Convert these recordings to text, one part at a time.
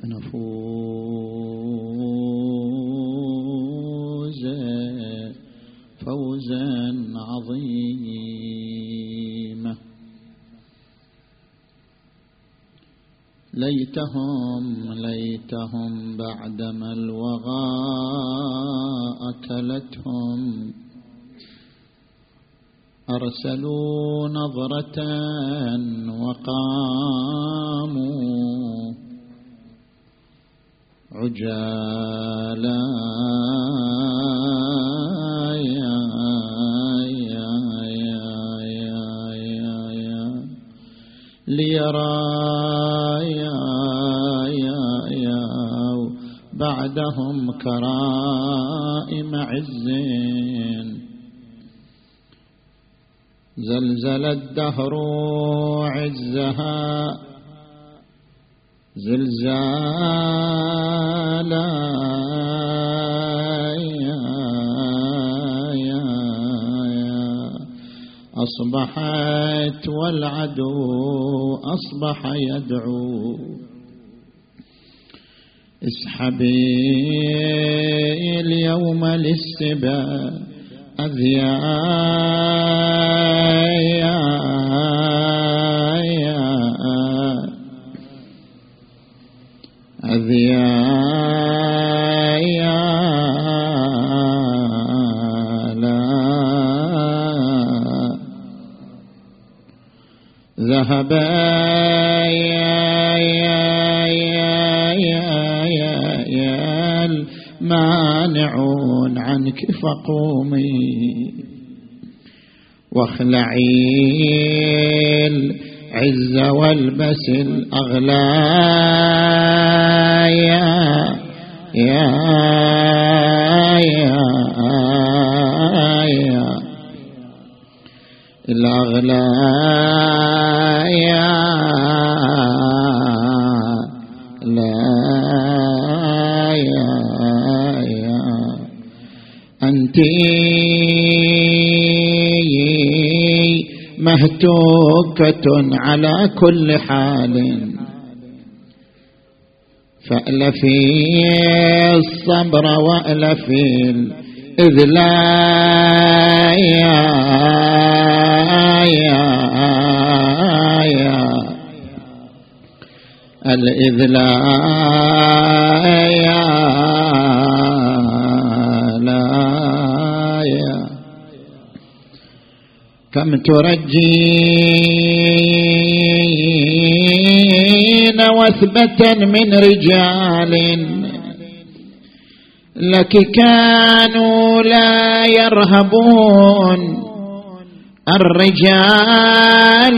فنفوز فوزا عظيما. ليتهم بعدما الوغى أكلتهم أرسلوا نظرة وقاموا عجالا ليرى بعدهم كرائم عز. زلزل الدهر عزها زلزالا أصبحت والعدو أصبح يدعو اسحبي اليوم للسبا ذهب المانعون عنك فقومي واخلعي العز والبس الأغلايا الأغلايا أنت مهتوكة على كل حال فألفي الصبر وألفي كم ترجين وثبة من رجال لك كانوا لا يرهبون الرجال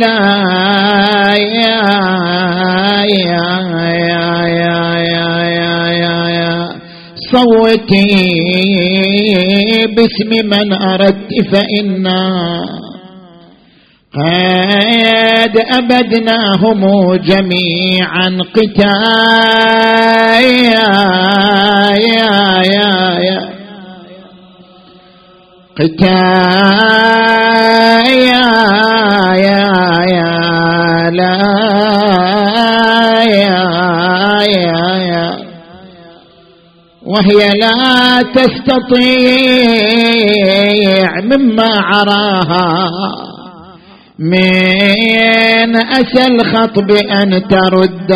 صوتي باسم من أردت فإنا قد أبدناهم جميعا وهي لا تستطيع مما عراها من أسى الخطب أن ترد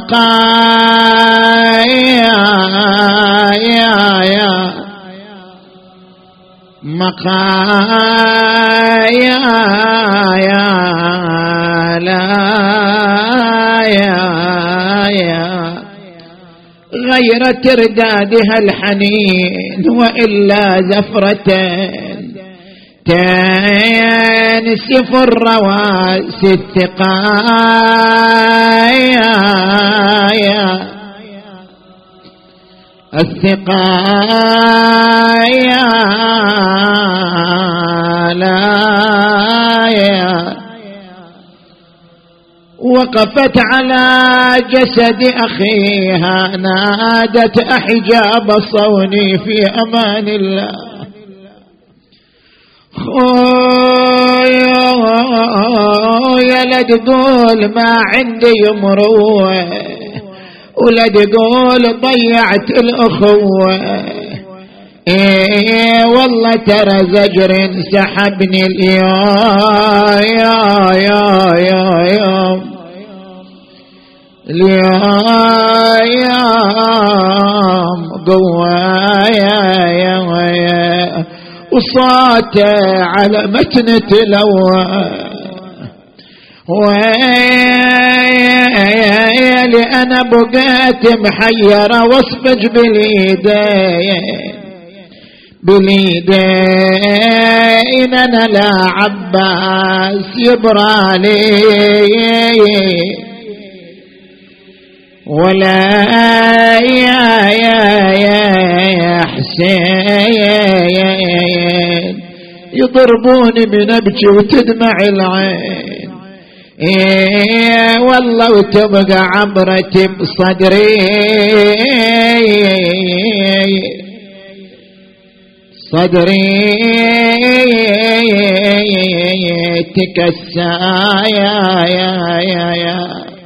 غير تردادها الحنين وإلا زفرة تنسف الرواسي الثقايا وقفت على جسد أخيها نادت أحجاب صوني في أمان الله خويا لد قول ما عندي مروه ولا تقول ضيعت الأخوة. والله ترى زجر سحبني اليوم قوايا وصاته على متن تلوى. أنا بقيت محيرة واصفج باليدين أنا لا عباس يبرالي ولا يا حسين يضربوني من أبكي وتدمع العين. والله وتبقى عبرتي بصدري تكسى يا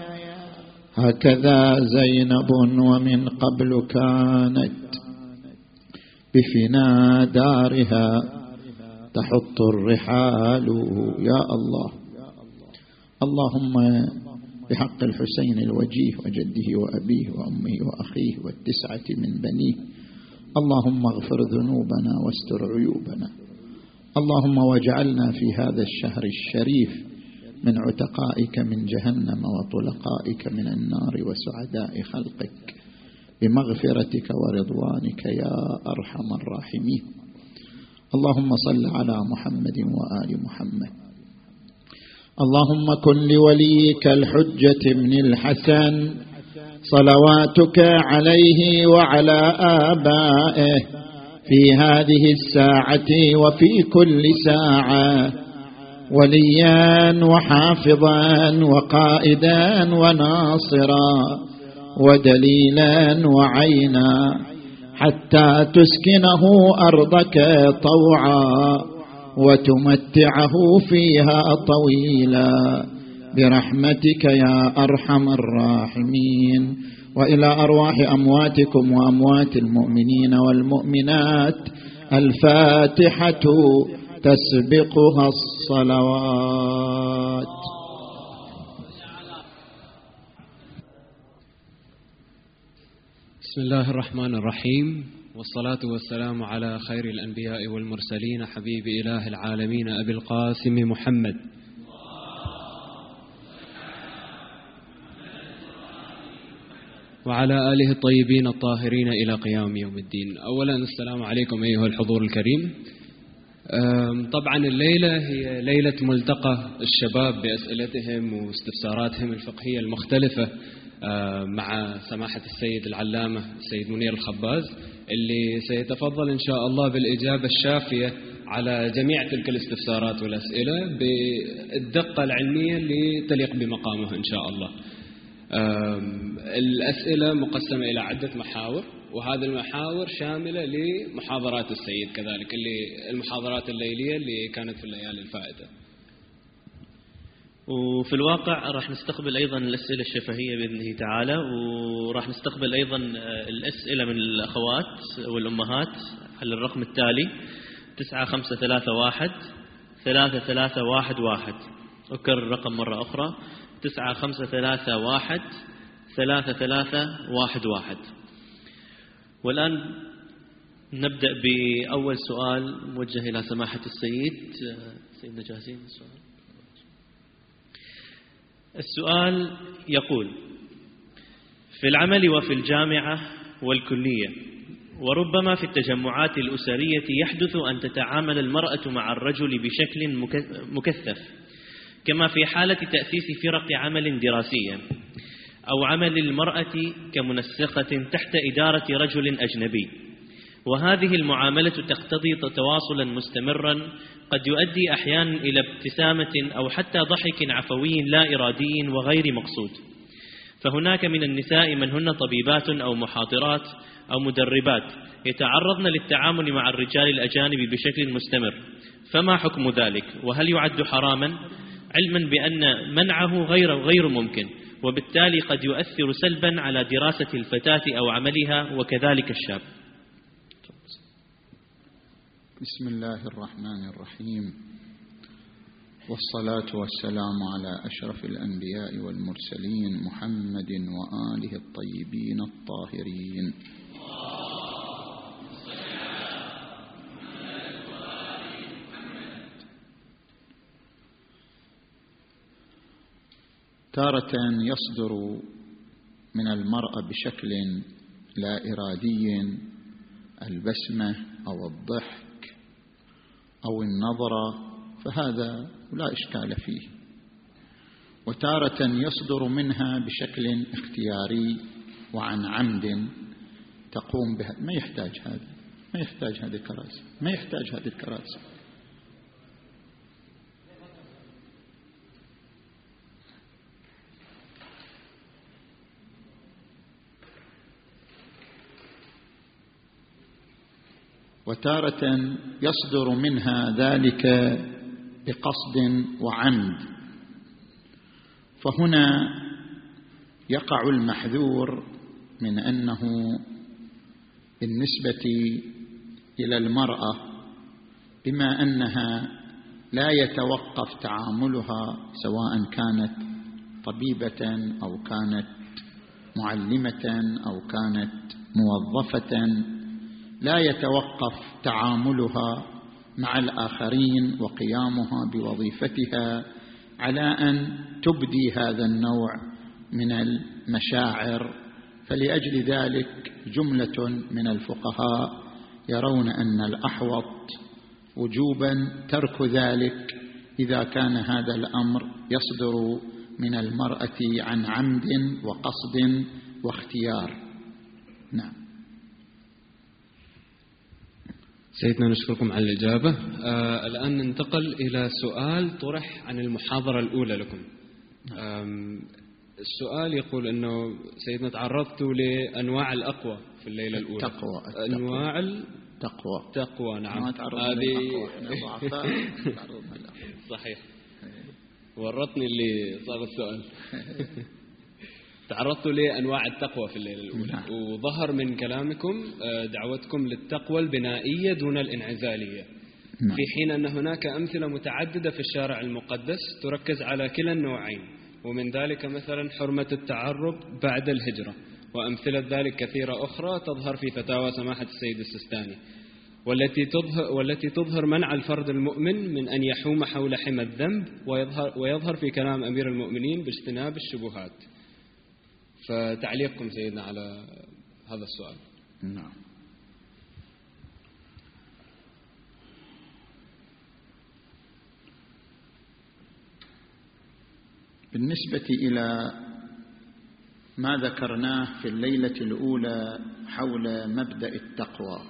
هكذا زينب ومن قبل كانت بفنا دارها تحط الرحال. يا الله، اللهم بحق الحسين الوجيه وجده وأبيه وأمه وأخيه والتسعة من بنيه، اللهم اغفر ذنوبنا واستر عيوبنا. اللهم واجعلنا في هذا الشهر الشريف من عتقائك من جهنم وطلقائك من النار وسعداء خلقك بمغفرتك ورضوانك يا أرحم الراحمين. اللهم صل على محمد وآل محمد. اللهم كن لوليك الحجة بن الحسن صلواتك عليه وعلى آبائه في هذه الساعة وفي كل ساعة وليا وحافظا وقائدا وناصرا ودليلا وعينا حتى تسكنه أرضك طوعا وتمتعه فيها طويلا برحمتك يا أرحم الراحمين. وإلى أرواح أمواتكم وأموات المؤمنين والمؤمنات الفاتحة تسبقها الصلوات. بسم الله الرحمن الرحيم، والصلاة والسلام على خير الأنبياء والمرسلين حبيب إله العالمين أبي القاسم محمد وعلى آله الطيبين الطاهرين إلى قيام يوم الدين. أولا السلام عليكم أيها الحضور الكريم. طبعا الليلة هي ليلة ملتقى الشباب بأسئلتهم واستفساراتهم الفقهية المختلفة مع سماحة السيد العلامة السيد منير الخباز، اللي سيتفضل إن شاء الله بالإجابة الشافية على جميع تلك الاستفسارات والأسئلة بالدقة العلمية اللي تليق بمقامه إن شاء الله. الأسئلة مقسمة إلى عدة محاور، وهذه المحاور شاملة لمحاضرات السيد كذلك، اللي المحاضرات الليلية اللي كانت في الليالي الفائتة. وفي الواقع راح نستقبل أيضا الأسئلة الشفهية بإذنه تعالى، وراح نستقبل أيضا الأسئلة من الأخوات والأمهات على الرقم التالي 9531 3311. أكرر الرقم مرة أخرى 9531 3311. والآن نبدأ بأول سؤال موجه إلى سماحة السيد. سيدنا جاهزين؟ السؤال يقول: في العمل وفي الجامعة والكلية وربما في التجمعات الأسرية يحدث أن تتعامل المرأة مع الرجل بشكل مكثف، كما في حالة تأسيس فرق عمل دراسية أو عمل المرأة كمنسقة تحت إدارة رجل أجنبي، وهذه المعاملة تقتضي تواصلا مستمرا قد يؤدي أحيانا إلى ابتسامة أو حتى ضحك عفوي لا إرادي وغير مقصود. فهناك من النساء من هن طبيبات أو محاضرات أو مدربات يتعرضن للتعامل مع الرجال الأجانب بشكل مستمر، فما حكم ذلك؟ وهل يعد حراما؟ علما بأن منعه غير ممكن، وبالتالي قد يؤثر سلبا على دراسة الفتاة أو عملها وكذلك الشاب. بسم الله الرحمن الرحيم، والصلاة والسلام على أشرف الأنبياء والمرسلين محمد وآله الطيبين الطاهرين. تارة يصدر من المرأة بشكل لا إرادي البسمة أو الضحك أو النظرة، فهذا لا إشكال فيه. وتارة يصدر منها بشكل اختياري وعن عمد تقوم بها. ما يحتاج هذه الكراسي، ما يحتاج هذه الكراسي. وتارة يصدر منها ذلك بقصد وعمد، فهنا يقع المحذور من أنه بالنسبة إلى المرأة بما أنها لا يتوقف تعاملها سواء كانت طبيبة أو كانت معلمة أو كانت موظفة، لا يتوقف تعاملها مع الآخرين وقيامها بوظيفتها على أن تبدي هذا النوع من المشاعر. فلأجل ذلك جملة من الفقهاء يرون أن الأحوط وجوبا ترك ذلك إذا كان هذا الأمر يصدر من المرأة عن عمد وقصد واختيار. نعم. سيدنا نشكركم على الإجابة. الآن ننتقل إلى سؤال طرح عن المحاضرة الأولى لكم. السؤال يقول أنه سيدنا تعرضت لأنواع الأقوى في الليلة الأولى. التقوى. أنواع التقوى. نعم. هذه صحيح. ورطني اللي صار السؤال. تعرضت لأنواع التقوى في الليلة الأولى، وظهر من كلامكم دعوتكم للتقوى البنائية دون الانعزالية، في حين أن هناك أمثلة متعددة في الشارع المقدس تركز على كلا النوعين، ومن ذلك مثلا حرمة التعرب بعد الهجرة، وأمثلة ذلك كثيرة أخرى تظهر في فتاوى سماحة السيد السيستاني، والتي تظهر منع الفرد المؤمن من أن يحوم حول حمى الذنب، ويظهر في كلام أمير المؤمنين باجتناب الشبهات. فتعليقكم سيدنا على هذا السؤال. نعم. بالنسبة إلى ما ذكرناه في الليلة الأولى حول مبدأ التقوى،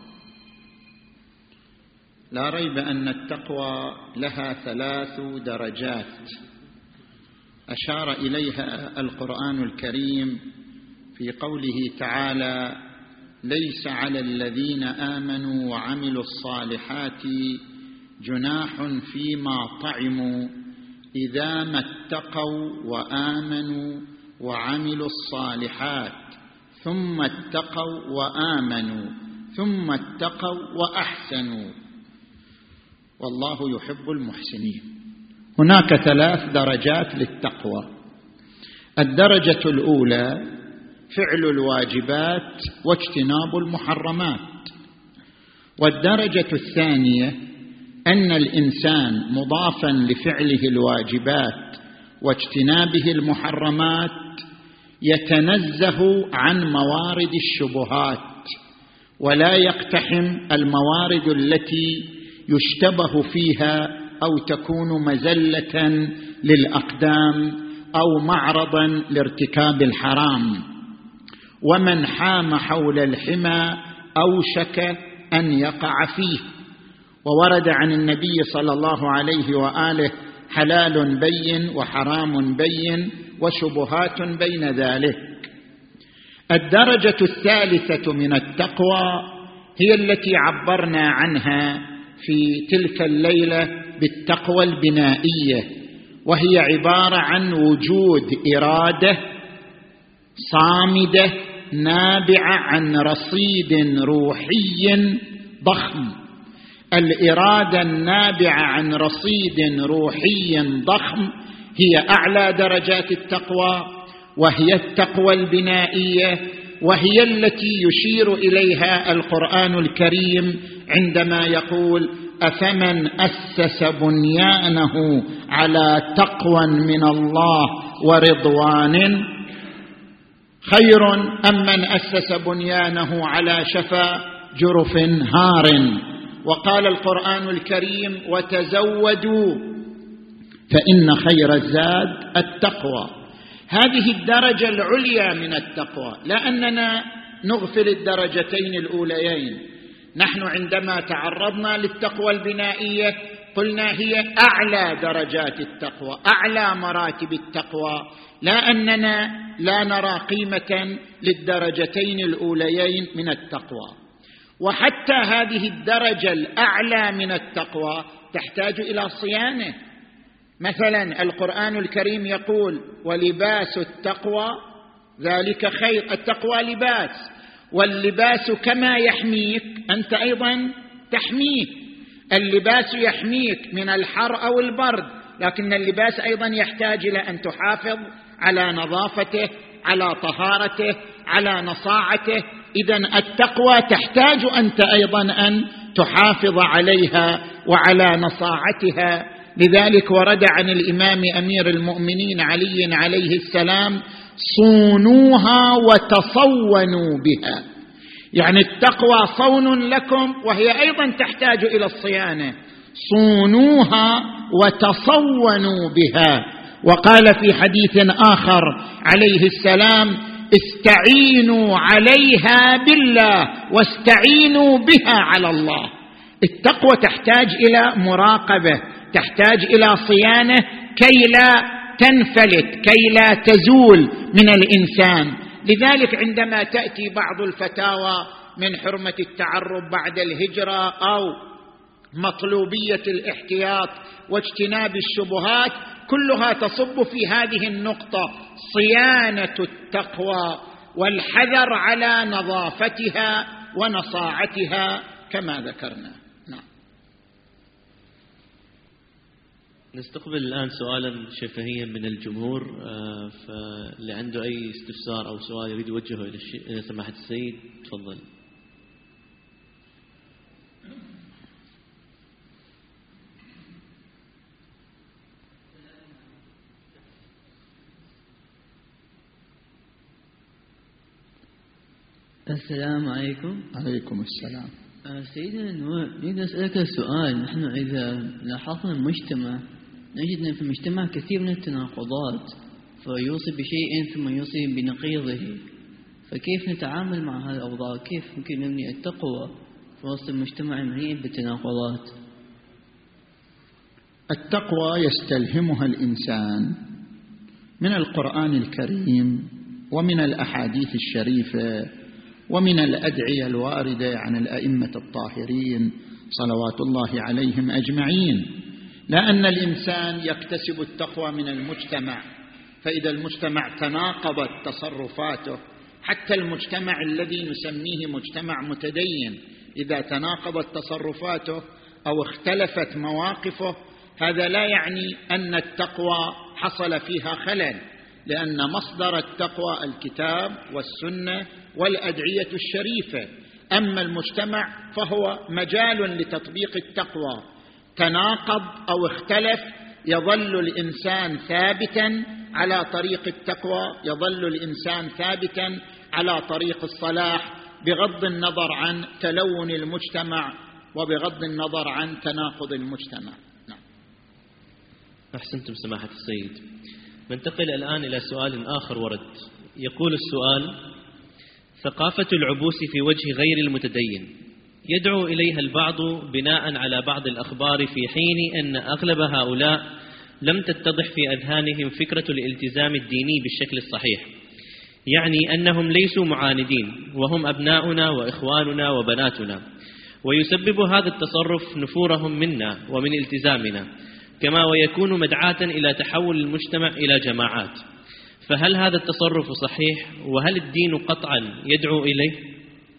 لا ريب أن التقوى لها 3 درجات أشار إليها القرآن الكريم في قوله تعالى: ليس على الذين آمنوا وعملوا الصالحات جناح فيما طعموا إذا ما اتقوا وآمنوا وعملوا الصالحات ثم اتقوا وآمنوا ثم اتقوا وأحسنوا والله يحب المحسنين. هناك 3 درجات للتقوى. الدرجة الأولى فعل الواجبات واجتناب المحرمات، والدرجة الثانية أن الإنسان مضافا لفعله الواجبات واجتنابه المحرمات يتنزه عن موارد الشبهات ولا يقتحم الموارد التي يشتبه فيها أو تكون مزلة للأقدام أو معرضا لارتكاب الحرام. ومن حام حول الحمى أوشك أن يقع فيه. وورد عن النبي صلى الله عليه وآله حلال بين وحرام بين وشبهات بين ذلك. الدرجة الثالثة من التقوى هي التي عبرنا عنها في تلك الليلة بالتقوى البنائية، وهي عبارة عن وجود إرادة صامدة نابعة عن رصيد روحي ضخم. الإرادة النابعة عن رصيد روحي ضخم هي أعلى درجات التقوى، وهي التقوى البنائية، وهي التي يشير إليها القرآن الكريم عندما يقول: أفمن أسس بنيانه على تقوى من الله ورضوان خير أم من أسس بنيانه على شفا جرف هار. وقال القرآن الكريم: وتزودوا فإن خير الزاد التقوى. هذه الدرجة العليا من التقوى، لا أننا نغفل الدرجتين الأوليين. نحن عندما تعرضنا للتقوى البنائية قلنا هي أعلى درجات التقوى، أعلى مراتب التقوى، لا أننا لا نرى قيمة للدرجتين الأوليين من التقوى. وحتى هذه الدرجة الأعلى من التقوى تحتاج إلى صيانة. مثلا القرآن الكريم يقول: ولباس التقوى ذلك خير. التقوى لباس، واللباس كما يحميك أنت أيضا تحميك. اللباس يحميك من الحر أو البرد، لكن اللباس أيضا يحتاج إلى أن تحافظ على نظافته، على طهارته، على نصاعته. إذن التقوى تحتاج أنت أيضا أن تحافظ عليها وعلى نصاعتها. لذلك ورد عن الإمام أمير المؤمنين علي عليه السلام: صونوها وتصونوا بها. يعني التقوى صون لكم، وهي أيضا تحتاج إلى الصيانة. صونوها وتصونوا بها. وقال في حديث آخر عليه السلام: استعينوا عليها بالله واستعينوا بها على الله. التقوى تحتاج إلى مراقبة، تحتاج إلى صيانة كي لا تنفلت، كي لا تزول من الإنسان. لذلك عندما تأتي بعض الفتاوى من حرمة التعرب بعد الهجرة أو مطلوبية الاحتياط واجتناب الشبهات، كلها تصب في هذه النقطة: صيانة التقوى والحذر على نظافتها ونصاعتها كما ذكرنا. نعم. نستقبل الآن سؤالا شفهيا من الجمهور، فاللي عنده أي استفسار أو سؤال يريد يوجهه إلى سماحة السيد تفضل. السلام عليكم. عليكم السلام. سيدنا نور، نريد أسألك سؤال. نحن إذا لاحظنا المجتمع نجد أن في المجتمع كثير من التناقضات، فيوصي بشيء ثم يوصي بنقيضه، فكيف نتعامل مع هذه الأوضاع؟ كيف ممكن نبني التقوى في وسط المجتمع المليء بالتناقضات؟ التقوى يستلهمها الإنسان من القرآن الكريم ومن الأحاديث الشريفة ومن الأدعية الواردة عن الأئمة الطاهرين صلوات الله عليهم أجمعين. لأن الإنسان يكتسب التقوى من المجتمع، فإذا المجتمع تناقضت تصرفاته، حتى المجتمع الذي نسميه مجتمع متدين إذا تناقضت تصرفاته أو اختلفت مواقفه، هذا لا يعني أن التقوى حصل فيها خلل، لأن مصدر التقوى الكتاب والسنة والأدعية الشريفة. أما المجتمع فهو مجال لتطبيق التقوى. تناقض أو اختلف، يظل الإنسان ثابتا على طريق التقوى، يظل الإنسان ثابتا على طريق الصلاح، بغض النظر عن تلون المجتمع وبغض النظر عن تناقض المجتمع. نعم. أحسنتم سماحة السيد. ننتقل الآن إلى سؤال آخر ورد. يقول السؤال: ثقافة العبوس في وجه غير المتدين يدعو إليها البعض بناء على بعض الأخبار، في حين أن أغلب هؤلاء لم تتضح في أذهانهم فكرة الالتزام الديني بالشكل الصحيح، يعني أنهم ليسوا معاندين وهم أبناؤنا وإخواننا وبناتنا، ويسبب هذا التصرف نفورهم منا ومن التزامنا، كما ويكون مدعاة إلى تحول المجتمع إلى جماعات. فهل هذا التصرف صحيح؟ وهل الدين قطعا يدعو إليه؟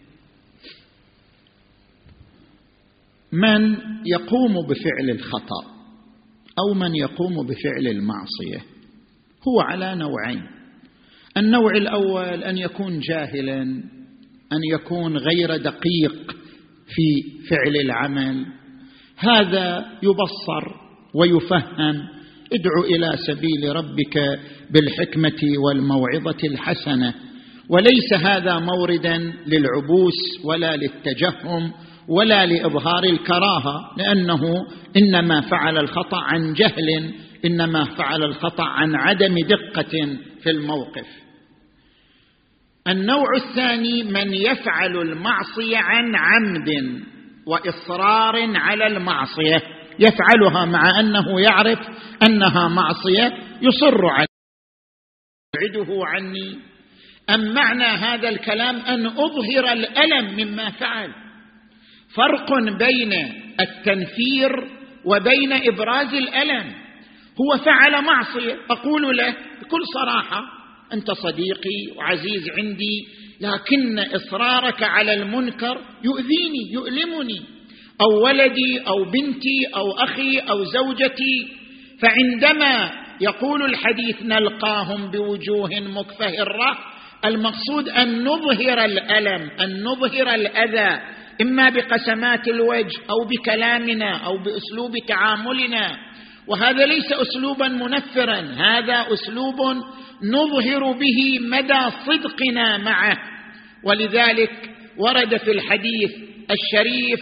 من يقوم بفعل الخطأ أو من يقوم بفعل المعصية هو على نوعين. النوع الأول أن يكون جاهلا، أن يكون غير دقيق في فعل العمل، هذا يبصر ويفهم، ادع إلى سبيل ربك بالحكمة والموعظة الحسنة، وليس هذا موردا للعبوس ولا للتجهم ولا لإظهار الكراهة، لأنه إنما فعل الخطأ عن جهل، إنما فعل الخطأ عن عدم دقة في الموقف. النوع الثاني من يفعل المعصية عن عمد وإصرار على المعصية، يفعلها مع أنه يعرف أنها معصية، يصر على يبعده عني. أم معنى هذا الكلام أن أظهر الألم مما فعل؟ فرق بين التنفير وبين إبراز الألم. هو فعل معصية، أقول له بكل صراحة أنت صديقي وعزيز عندي، لكن إصرارك على المنكر يؤذيني يؤلمني، أو ولدي أو بنتي أو أخي أو زوجتي. فعندما يقول الحديث نلقاهم بوجوه مكفهرة، المقصود أن نظهر الألم، أن نظهر الأذى، إما بقسمات الوجه أو بكلامنا أو بأسلوب تعاملنا، وهذا ليس أسلوبا منفرا، هذا أسلوب نظهر به مدى صدقنا معه. ولذلك ورد في الحديث الشريف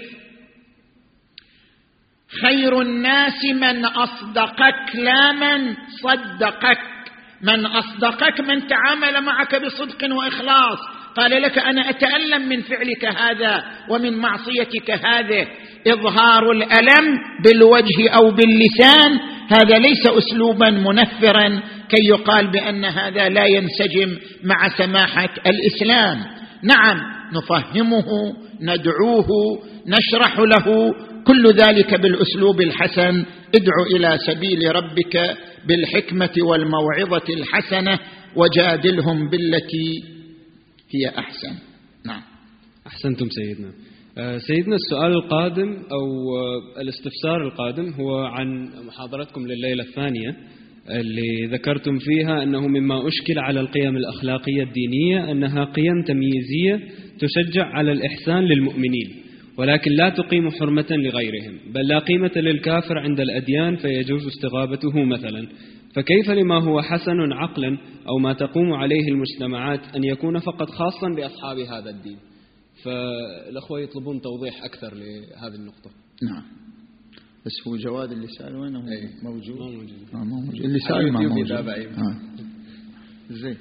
خير الناس من أصدقك لا من صدقك. من أصدقك من تعامل معك بصدق وإخلاص، قال لك أنا أتألم من فعلك هذا ومن معصيتك هذه. إظهار الألم بالوجه أو باللسان هذا ليس أسلوبا منفرا كي يقال بأن هذا لا ينسجم مع سماحة الإسلام. نعم نفهمه، ندعوه، نشرح له، كل ذلك بالأسلوب الحسن. ادع إلى سبيل ربك بالحكمة والموعظة الحسنة وجادلهم بالتي هي أحسن. نعم. أحسنتم سيدنا. سيدنا السؤال القادم أو الاستفسار القادم هو عن محاضرتكم لليلة الثانية اللي ذكرتم فيها أنه مما أشكل على القيم الأخلاقية الدينية أنها قيم تمييزية تشجع على الإحسان للمؤمنين، ولكن لا تقيم حرمة لغيرهم، بل لا قيمة للكافر عند الأديان فيجوز استغابته مثلا. فكيف لما هو حسن عقلا أو ما تقوم عليه المجتمعات أن يكون فقط خاصا بأصحاب هذا الدين؟ فالأخوة يطلبون توضيح أكثر لهذه النقطة. نعم، بس هو جواد اللي سأل وينه؟ موجود؟ ما موجود. ما موجود. اللي سأل ما موجود. زين.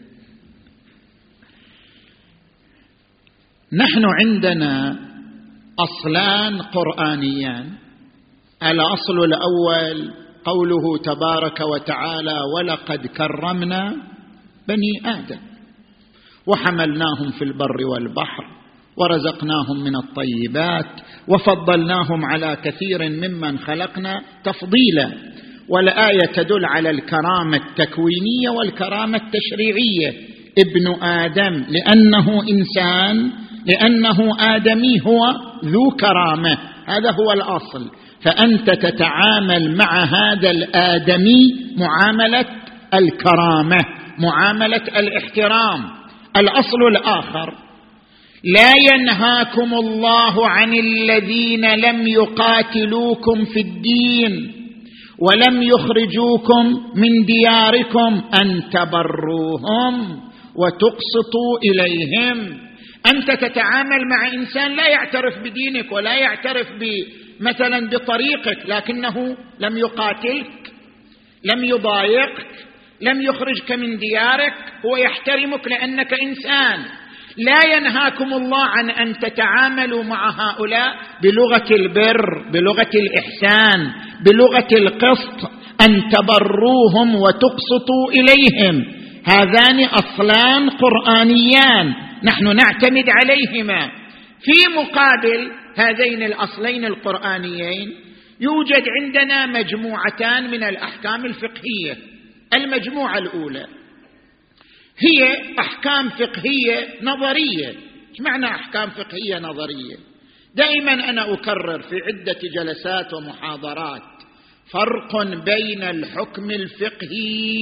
نحن عندنا أصلان قرآنيان. الأصل الأول قوله تبارك وتعالى ولقد كرمنا بني آدم وحملناهم في البر والبحر ورزقناهم من الطيبات وفضلناهم على كثير ممن خلقنا تفضيلا. والآية تدل على الكرامة التكوينية والكرامة التشريعية. ابن آدم لأنه إنسان، لأنه آدمي، هو ذو كرامة، هذا هو الأصل. فأنت تتعامل مع هذا الآدمي معاملة الكرامة، معاملة الاحترام. الأصل الآخر لا ينهاكم الله عن الذين لم يقاتلوكم في الدين ولم يخرجوكم من دياركم أن تبروهم وتقسطوا إليهم. أنت تتعامل مع إنسان لا يعترف بدينك ولا يعترف مثلا بطريقك، لكنه لم يقاتلك، لم يضايقك، لم يخرجك من ديارك، هو يحترمك لأنك إنسان. لا ينهاكم الله عن أن تتعاملوا مع هؤلاء بلغة البر، بلغة الإحسان، بلغة القسط، أن تبروهم وتقسطوا إليهم. هذان أصلان قرآنيان نحن نعتمد عليهما. في مقابل هذين الأصلين القرآنيين يوجد عندنا مجموعتان من الأحكام الفقهية. المجموعة الأولى هي أحكام فقهية نظرية. ايش معنى أحكام فقهية نظرية؟ دائما أنا أكرر في عدة جلسات ومحاضرات فرق بين الحكم الفقهي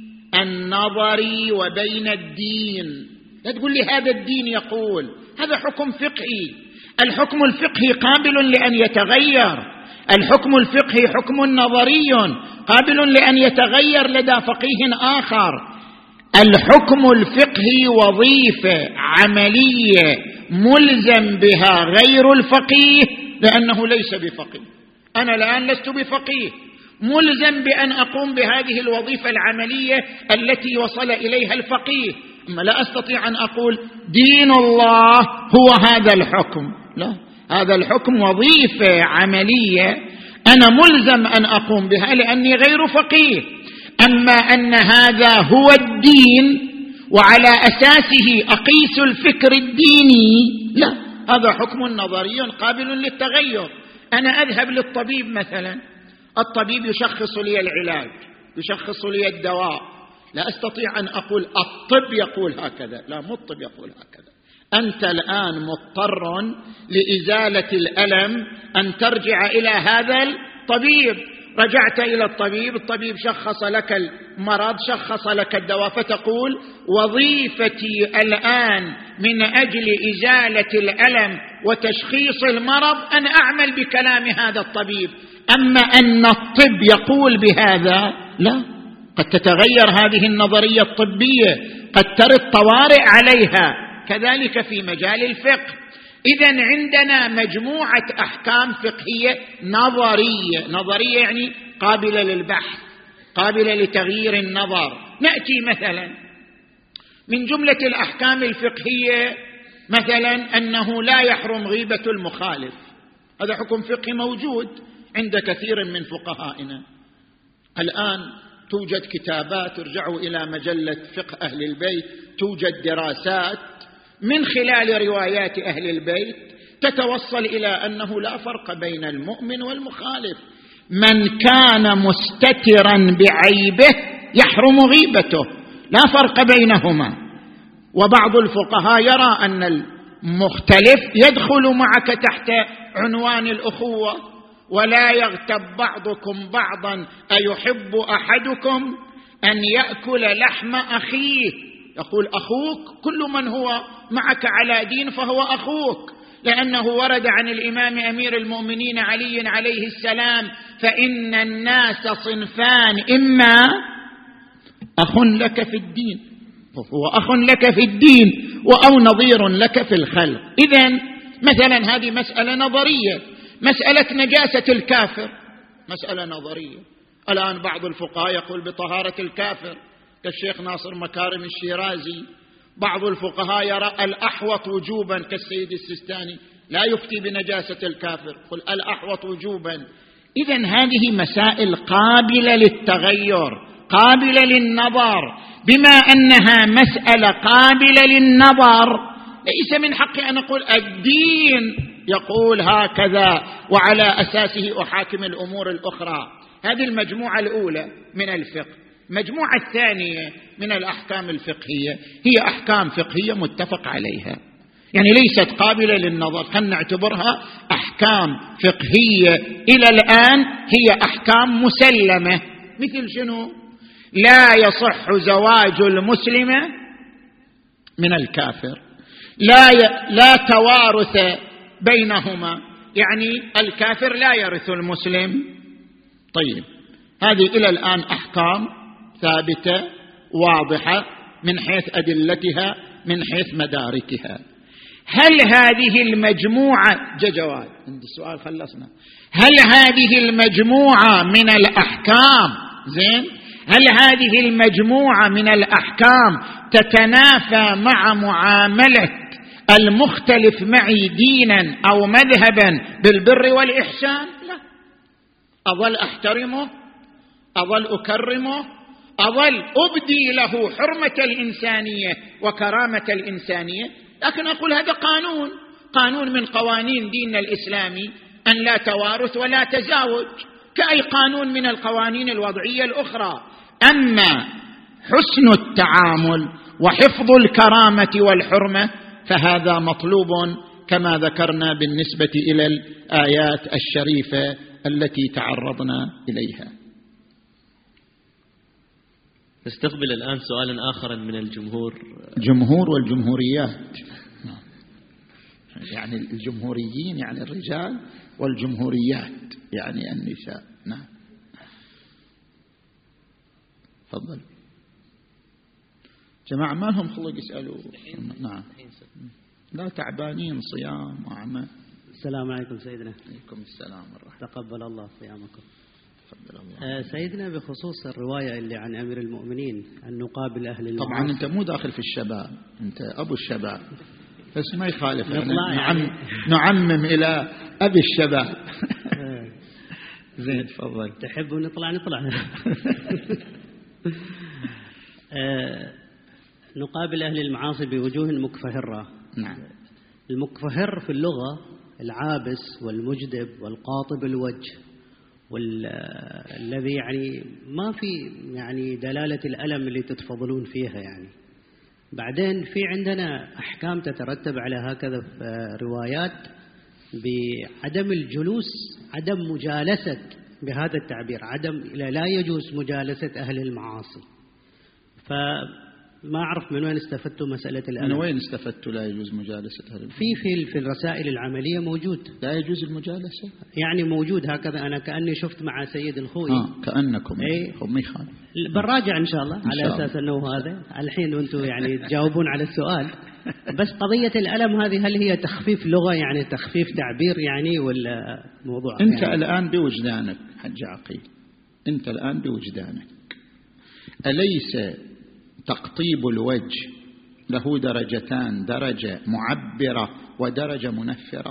النظري وبين الدين. لا تقول لي هذا الدين يقول، هذا حكم فقهي. الحكم الفقهي قابل لأن يتغير، الحكم الفقهي حكم نظري قابل لأن يتغير لدى فقيه آخر. الحكم الفقهي وظيفة عملية ملزم بها غير الفقيه لأنه ليس بفقيه. أنا الآن لست بفقيه، ملزم بأن أقوم بهذه الوظيفة العملية التي وصل إليها الفقيه. أما لا أستطيع أن أقول دين الله هو هذا الحكم، لا، هذا الحكم وظيفة عملية أنا ملزم أن أقوم بها لأني غير فقيه. أما أن هذا هو الدين وعلى أساسه أقيس الفكر الديني، لا، هذا حكم نظري قابل للتغير. أنا أذهب للطبيب مثلا، الطبيب يشخص لي العلاج، يشخص لي الدواء، لا أستطيع أن أقول الطب يقول هكذا، لا، مو الطب يقول هكذا. أنت الآن مضطر لإزالة الألم أن ترجع إلى هذا الطبيب. رجعت إلى الطبيب، الطبيب شخص لك المرض، شخص لك الدواء، فتقول وظيفتي الآن من أجل إزالة الألم وتشخيص المرض أن أعمل بكلام هذا الطبيب. أما أن الطب يقول بهذا، لا، قد تتغير هذه النظرية الطبية، قد ترد طوارئ عليها. كذلك في مجال الفقه. إذن عندنا مجموعة أحكام فقهية نظرية، نظرية يعني قابلة للبحث، قابلة لتغيير النظر. نأتي مثلا من جملة الأحكام الفقهية مثلا أنه لا يحرم غيبة المخالف، هذا حكم فقهي موجود عند كثير من فقهائنا. الآن توجد كتابات، ارجعوا إلى مجلة فقه أهل البيت، توجد دراسات من خلال روايات أهل البيت تتوصل إلى أنه لا فرق بين المؤمن والمخالف. من كان مستترا بعيبه يحرم غيبته، لا فرق بينهما. وبعض الفقهاء يرى أن المختلف يدخل معك تحت عنوان الأخوة، ولا يغتب بعضكم بعضا أيحب أحدكم أن يأكل لحم أخيه. يقول أخوك كل من هو معك على دين فهو أخوك، لأنه ورد عن الإمام أمير المؤمنين علي عليه السلام: فإن الناس صنفان، إما أخ لك في الدين، هو أخ لك في الدين، أو نظير لك في الخلق. إذن مثلا هذه مسألة نظرية. مسألة نجاسة الكافر مسألة نظرية. الآن بعض الفقهاء يقول بطهارة الكافر كالشيخ ناصر مكارم الشيرازي، بعض الفقهاء يرى الأحوط وجوبا كالسيد السيستاني، لا يفتي بنجاسة الكافر، قل الأحوط وجوبا. إذن هذه مسائل قابلة للتغير، قابلة للنظر. بما أنها مسألة قابلة للنظر ليس من حقي أن أقول الدين يقول هكذا وعلى أساسه أحاكم الأمور الأخرى. هذه المجموعة الأولى من الفقه. المجموعة الثانية من الأحكام الفقهية هي أحكام فقهية متفق عليها، يعني ليست قابلة للنظر، خلنا نعتبرها أحكام فقهية إلى الآن هي أحكام مسلمة. مثل شنو؟ لا يصح زواج المسلمة من الكافر، لا توارث بينهما، يعني الكافر لا يرث المسلم. طيب، هذه إلى الآن أحكام ثابتة واضحة من حيث أدلتها، من حيث مداركها. هل هذه المجموعة جواد عند السؤال خلصنا، هل هذه المجموعة من الأحكام هل هذه المجموعة من الأحكام تتنافى مع معاملة المختلف معي دينا أو مذهبا بالبر والإحسان؟ لا، أظل أحترمه، أظل أكرمه، أظل أبدي له حرمة الإنسانية وكرامة الإنسانية، لكن أقول هذا قانون من قوانين ديننا الإسلامي أن لا توارث ولا تزاوج، كأي قانون من القوانين الوضعية الأخرى. أما حسن التعامل وحفظ الكرامة والحرمة، فهذا مطلوب كما ذكرنا بالنسبة إلى الآيات الشريفة التي تعرضنا إليها. نستقبل الآن سؤالا آخر من الجمهور والجمهوريات، يعني الجمهوريين يعني الرجال، والجمهوريات يعني النساء. نعم تفضل. جماعة ما لهم خلق يسألوا. نعم لا تعبانين صيام وعمل. السلام عليكم سيدنا. عليكم السلام ورحمة. تقبل الله صيامكم. تقبل الله. سيدنا بخصوص الرواية اللي عن أمير المؤمنين أن نقابل أهل المعاصي. طبعا أنت مو داخل في الشباب، أنت أبو الشباب، بس ما يخالف نعمم إلى أبي الشباب. زين تفضل. تحبوا نطلع نقابل أهل المعاصي بوجوه مكفهرة. نعم. المكفهر في اللغة العابس والمجدب والقاطب الوجه، والذي يعني ما في يعني دلالة الألم اللي تتفضلون فيها يعني. بعدين في عندنا أحكام تترتب على هكذا روايات بعدم الجلوس، عدم مجالسة، بهذا التعبير لا يجوز مجالسة أهل المعاصي. فما أعرف من وين استفدتوا مسألة الألم. من وين استفدتوا لا يجوز مجالسة أهل المعاصي؟ في الرسائل العملية موجود لا يجوز المجالسة، يعني موجود هكذا. أنا كأني شفت مع سيد الخوي. كأنكم هم يخالف. بنراجع إن شاء الله على أساس أنه هذا الحين وأنتم يعني تجاوبون على السؤال. بس قضية الألم هذه هل هي تخفيف لغة يعني تخفيف تعبير يعني ولا موضوع؟ أنت يعني الآن بوجدانك حج عقيل، أنت الآن بوجدانك، أليس تقطيب الوجه له درجتان، درجة معبرة ودرجة منفرة؟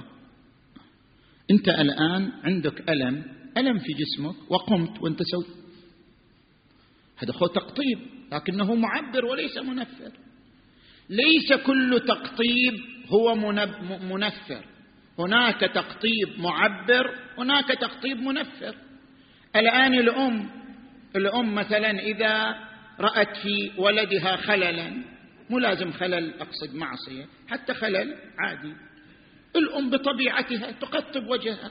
أنت الآن عندك ألم في جسمك وقمت وأنت سوي، هذا هو تقطيب لكنه معبر وليس منفر. ليس كل تقطيب هو منفر، هناك تقطيب معبر، هناك تقطيب منفر. الآن الأم مثلا إذا رأت في ولدها خللا، مو لازم خلل أقصد معصية، حتى خلل عادي، الأم بطبيعتها تقطب وجهها،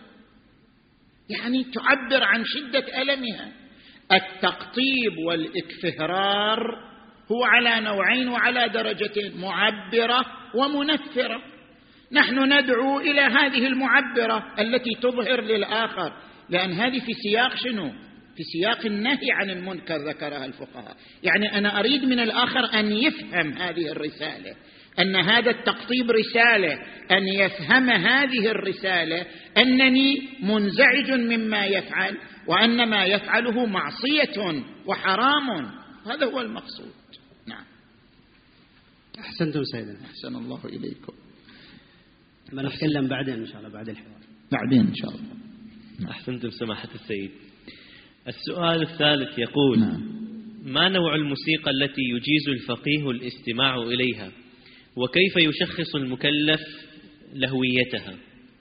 يعني تعبر عن شدة ألمها. التقطيب والإكفهرار هو على نوعين وعلى درجتين، معبرة ومنفرة. نحن ندعو إلى هذه المعبرة التي تظهر للآخر، لأن هذه في سياق شنو؟ في سياق النهي عن المنكر ذكرها الفقهاء. يعني أنا أريد من الآخر أن يفهم هذه الرسالة، أن هذا التقطيب رسالة، أن يفهم هذه الرسالة أنني منزعج مما يفعل، وأن ما يفعله معصية وحرام. هذا هو المقصود. نعم. أحسنتم سيدنا. أحسن الله إليكم. بنتكلم بعدين إن شاء الله بعد الحوار. بعدين إن شاء الله. أحسنتم سماحة السيد. السؤال الثالث يقول: ما نوع الموسيقى التي يجيز الفقيه الاستماع إليها، وكيف يشخص المكلف لهويتها؟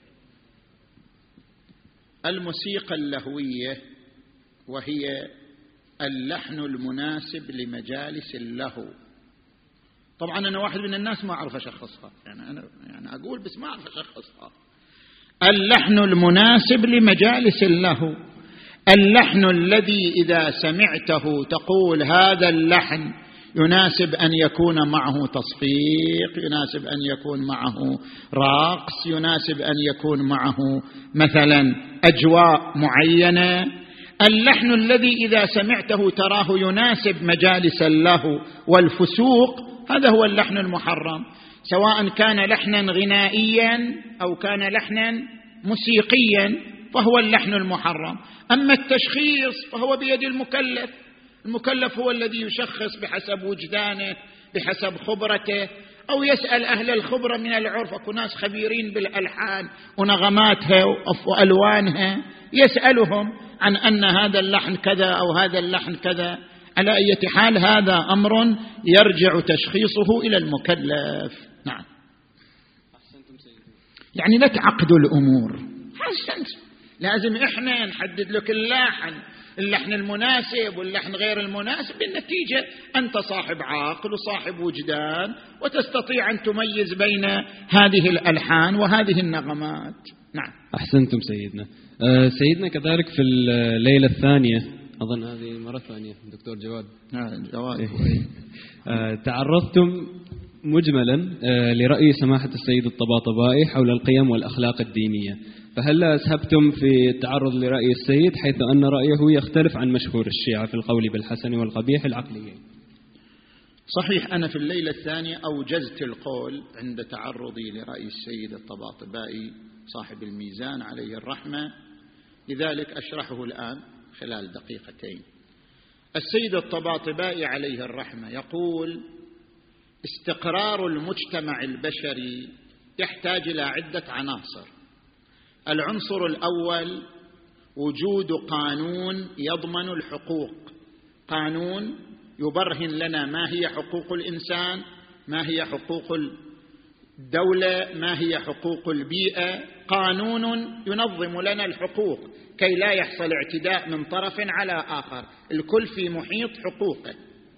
الموسيقى اللهوية وهي اللحن المناسب لمجالس اللهو. طبعا أنا واحد من الناس ما أعرف أشخصها، أنا أقول بس ما أعرف أشخصها. اللحن المناسب لمجالس اللهو، اللحن الذي إذا سمعته تقول هذا اللحن يناسب أن يكون معه تصفيق، يناسب أن يكون معه راقص، يناسب أن يكون معه مثلا أجواء معينة. اللحن الذي إذا سمعته تراه يناسب مجالس اللهو والفسوق، هذا هو اللحن المحرم، سواء كان لحنا غنائيا أو كان لحنا موسيقيا فهو اللحن المحرم. أما التشخيص فهو بيد المكلف، المكلف هو الذي يشخص بحسب وجدانه، بحسب خبرته، أو يسأل أهل الخبرة من العرف، أكو ناس خبيرين بالألحان ونغماتها وألوانها، يسألهم عن أن هذا اللحن كذا أو هذا اللحن كذا. على أي حال هذا أمر يرجع تشخيصه إلى المكلف. نعم. يعني لا تعقدوا الأمور، لازم إحنا نحدد لك اللحن اللحن المناسب واللحن غير المناسب. بالنتيجة أنت صاحب عقل وصاحب وجدان وتستطيع أن تميز بين هذه الألحان وهذه النغمات. نعم. أحسنتم سيدنا. سيدنا كذلك في الليلة الثانية، أظن هذه مرة ثانية دكتور جواد، تعرضتم مجملا لرأي سماحة السيد الطباطبائي حول القيم والأخلاق الدينية، فهل أسهبتم في التعرض لرأي السيد حيث أن رأيه يختلف عن مشهور الشيعة في القول بالحسن والقبيح العقليين؟ صحيح، أنا في الليلة الثانية أوجزت القول عند تعرضي لرأي السيد الطباطبائي صاحب الميزان عليه الرحمة، لذلك أشرحه الآن خلال دقيقتين. السيد الطباطبائي عليه الرحمة يقول: استقرار المجتمع البشري يحتاج إلى عدة عناصر. العنصر الأول وجود قانون يضمن الحقوق، قانون يبرهن لنا ما هي حقوق الإنسان، ما هي حقوق الدولة، ما هي حقوق البيئة، قانون ينظم لنا الحقوق كي لا يحصل اعتداء من طرف على آخر، الكل في محيط حقوقه.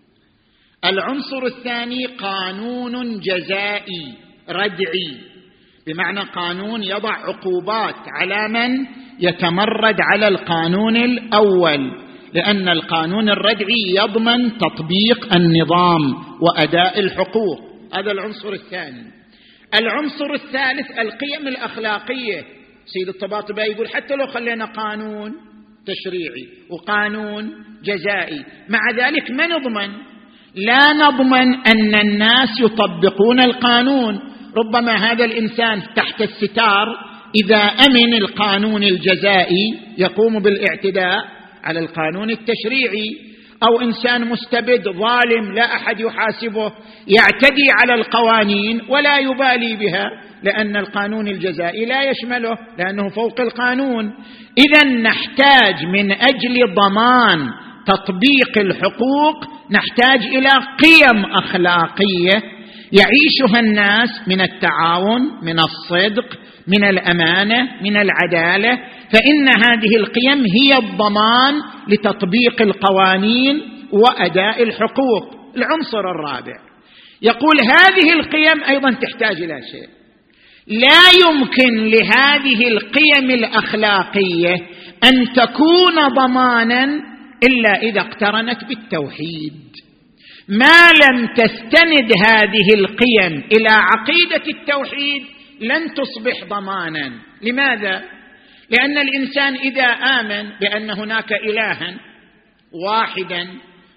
العنصر الثاني قانون جزائي ردعي، بمعنى قانون يضع عقوبات على من يتمرد على القانون الأول، لأن القانون الردعي يضمن تطبيق النظام وأداء الحقوق. هذا العنصر الثاني. العنصر الثالث القيم الأخلاقية. سيد الطباطبائي يقول حتى لو خلينا قانون تشريعي وقانون جزائي، مع ذلك ما نضمن، لا نضمن أن الناس يطبقون القانون. ربما هذا الإنسان تحت الستار إذا أمن القانون الجزائي يقوم بالاعتداء على القانون التشريعي، أو إنسان مستبد ظالم لا أحد يحاسبه يعتدي على القوانين ولا يبالي بها، لأن القانون الجزائي لا يشمله لأنه فوق القانون. إذن نحتاج من أجل ضمان تطبيق الحقوق نحتاج إلى قيم أخلاقية يعيشها الناس من التعاون، من الصدق، من الأمانة، من العدالة، فإن هذه القيم هي الضمان لتطبيق القوانين وأداء الحقوق. العنصر الرابع يقول هذه القيم أيضا تحتاج إلى شيء، لا يمكن لهذه القيم الأخلاقية أن تكون ضمانا إلا إذا اقترنت بالتوحيد. ما لم تستند هذه القيم إلى عقيدة التوحيد لن تصبح ضمانا. لماذا؟ لأن الإنسان إذا آمن بأن هناك إلها واحدا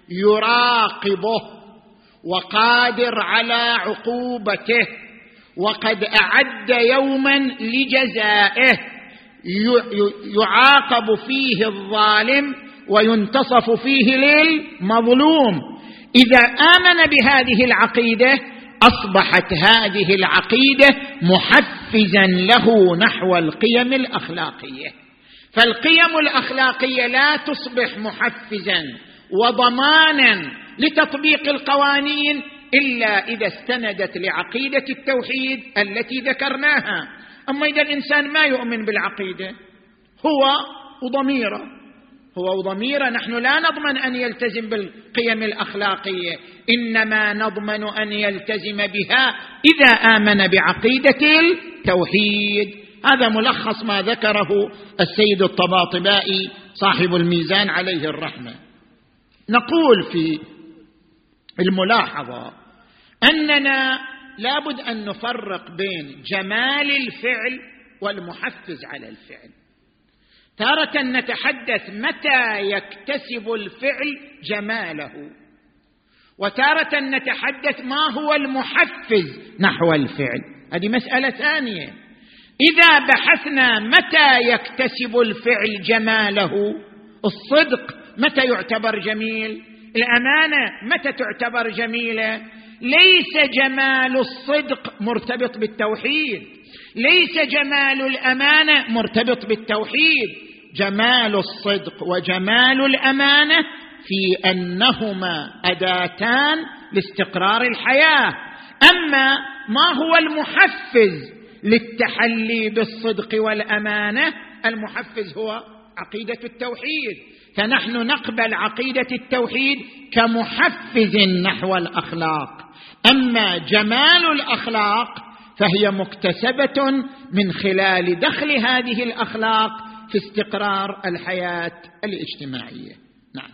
يراقبه وقادر على عقوبته وقد أعد يوما لجزائه يعاقب فيه الظالم وينتصف فيه للمظلوم، إذا آمن بهذه العقيدة أصبحت هذه العقيدة محفزا له نحو القيم الأخلاقية. فالقيم الأخلاقية لا تصبح محفزا وضمانا لتطبيق القوانين إلا إذا استندت لعقيدة التوحيد التي ذكرناها. أما إذا الإنسان ما يؤمن بالعقيدة هو وضميره، نحن لا نضمن أن يلتزم بالقيم الأخلاقية، إنما نضمن أن يلتزم بها إذا آمن بعقيدة التوحيد. هذا ملخص ما ذكره السيد الطباطبائي صاحب الميزان عليه الرحمة. نقول في الملاحظة أننا لابد أن نفرق بين جمال الفعل والمحفز على الفعل. تارة نتحدث متى يكتسب الفعل جماله، وتارة نتحدث ما هو المحفز نحو الفعل، هذه مسألة ثانية. إذا بحثنا متى يكتسب الفعل جماله، الصدق متى يعتبر جميل، الأمانة متى تعتبر جميلة، ليس جمال الصدق مرتبط بالتوحيد، ليس جمال الأمانة مرتبط بالتوحيد. جمال الصدق وجمال الأمانة في أنهما أداتان لاستقرار الحياة. أما ما هو المحفز للتحلي بالصدق والأمانة؟ المحفز هو عقيدة التوحيد. فنحن نقبل عقيدة التوحيد كمحفز نحو الأخلاق، أما جمال الأخلاق فهي مكتسبة من خلال دخل هذه الأخلاق في استقرار الحياة الاجتماعية. نعم.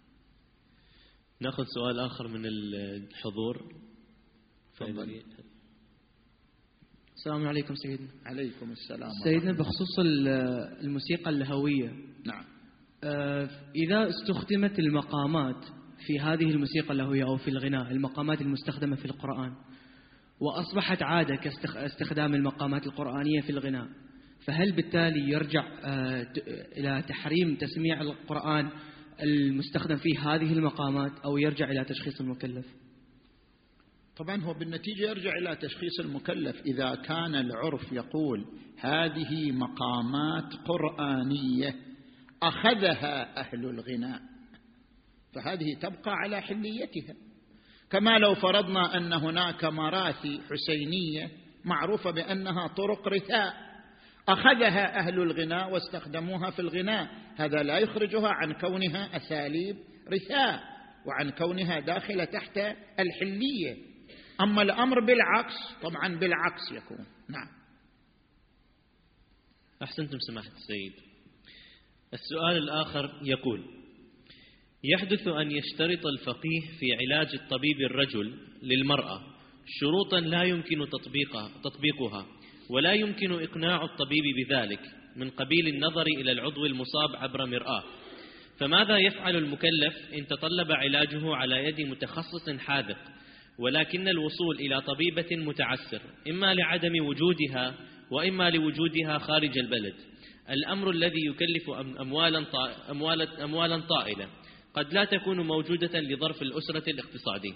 نأخذ سؤال آخر من الحضور. تفضل. السلام عليكم سيدنا. عليكم السلام. سيدنا بخصوص الموسيقى اللهوية، نعم، إذا استخدمت المقامات في هذه الموسيقى اللهوية أو في الغناء، المقامات المستخدمة في القرآن، وأصبحت عادة كاستخدام المقامات القرآنية في الغناء، فهل بالتالي يرجع إلى تحريم تسميع القرآن المستخدم في هذه المقامات، أو يرجع إلى تشخيص المكلف؟ طبعا هو بالنتيجة يرجع إلى تشخيص المكلف. إذا كان العرف يقول هذه مقامات قرآنية أخذها أهل الغناء فهذه تبقى على حليتها، كما لو فرضنا أن هناك مراثي حسينية معروفة بأنها طرق رثاء أخذها أهل الغناء واستخدموها في الغناء، هذا لا يخرجها عن كونها أساليب رثاء وعن كونها داخلة تحت الحلية. أما الأمر بالعكس طبعا بالعكس يكون. نعم. أحسنتم سماحة السيد. السؤال الآخر يقول: يحدث أن يشترط الفقيه في علاج الطبيب الرجل للمرأة شروطا لا يمكن تطبيقها ولا يمكن إقناع الطبيب بذلك، من قبيل النظر إلى العضو المصاب عبر مرآة، فماذا يفعل المكلف إن تطلب علاجه على يد متخصص حاذق، ولكن الوصول إلى طبيبة متعسر إما لعدم وجودها وإما لوجودها خارج البلد، الأمر الذي يكلف أموالا طائلة قد لا تكون موجودة لظرف الأسرة الاقتصادي؟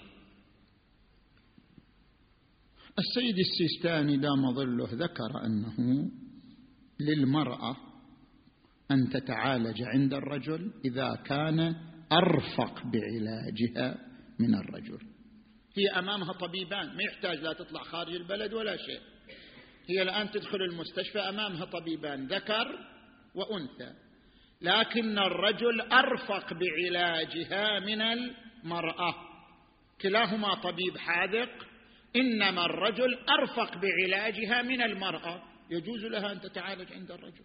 السيد السيستاني دام ظله ذكر أنه للمرأة أن تتعالج عند الرجل إذا كان أرفق بعلاجها من الرجل. هي أمامها طبيبان، ما يحتاج لا تطلع خارج البلد ولا شيء، هي الآن تدخل المستشفى أمامها طبيبان ذكر وأنثى، لكن الرجل أرفق بعلاجها من المرأة، كلاهما طبيب حاذق، إنما الرجل أرفق بعلاجها من المرأة، يجوز لها أن تتعالج عند الرجل.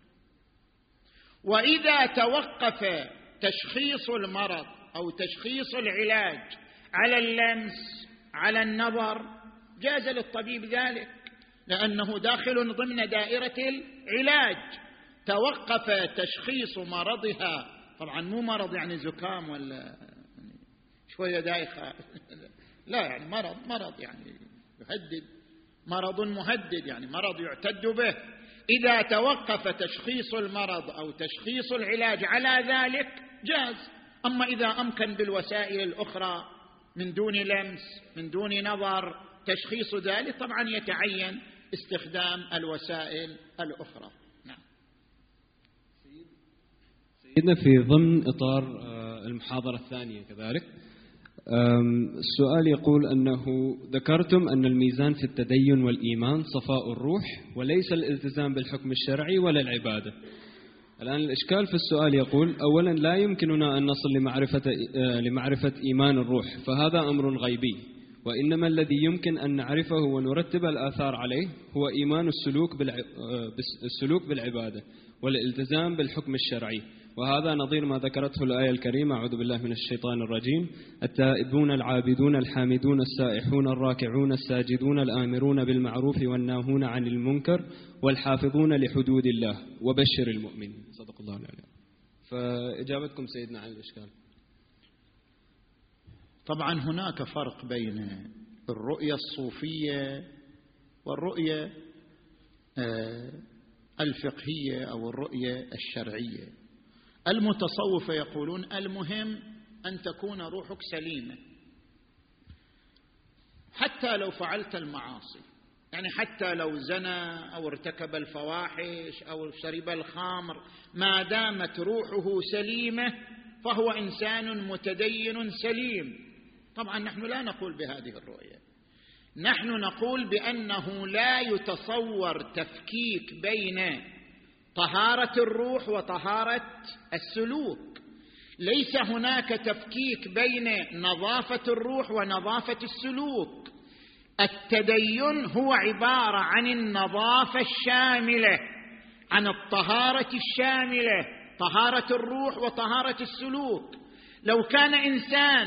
وإذا توقف تشخيص المرض أو تشخيص العلاج على اللمس على النظر جاز للطبيب ذلك، لأنه داخل ضمن دائرة العلاج. توقف تشخيص مرضها، طبعا مو مرض يعني زكام ولا شوية دايخة لا، يعني مرض يعني يهدد، مرض مهدد يعني مرض يعتد به. إذا توقف تشخيص المرض أو تشخيص العلاج على ذلك جاز. أما إذا أمكن بالوسائل الأخرى من دون لمس من دون نظر تشخيص ذلك، طبعا يتعين استخدام الوسائل الأخرى. نعم. سيدنا في ضمن إطار المحاضرة الثانية كذلك السؤال يقول أنه ذكرتم أن الميزان في التدين والإيمان صفاء الروح وليس الالتزام بالحكم الشرعي ولا العبادة. الآن الإشكال في السؤال يقول: أولا لا يمكننا أن نصل لمعرفة إيمان الروح، فهذا أمر غيبي، وإنما الذي يمكن أن نعرفه ونرتب الآثار عليه هو إيمان السلوك بالعبادة والالتزام بالحكم الشرعي، وهذا نظير ما ذكرته الآية الكريمة: أعوذ بالله من الشيطان الرجيم، التائبون العابدون الحامدون السائحون الراكعون الساجدون الآمرون بالمعروف والناهون عن المنكر والحافظون لحدود الله وبشر المؤمنين. صدق الله العلي. فإجابتكم سيدنا عن الإشكال. طبعا هناك فرق بين الرؤية الصوفية والرؤية الفقهية أو الرؤية الشرعية. المتصوفة يقولون المهم أن تكون روحك سليمة حتى لو فعلت المعاصي، يعني حتى لو زنى أو ارتكب الفواحش أو شرب الخمر، ما دامت روحه سليمة فهو إنسان متدين سليم. طبعا نحن لا نقول بهذه الرؤية، نحن نقول بأنه لا يتصور تفكيك بين طهارة الروح وطهارة السلوك، ليس هناك تفكيك بين نظافة الروح ونظافة السلوك. التدين هو عبارة عن النظافة الشاملة، عن الطهارة الشاملة، طهارة الروح وطهارة السلوك. لو كان إنسان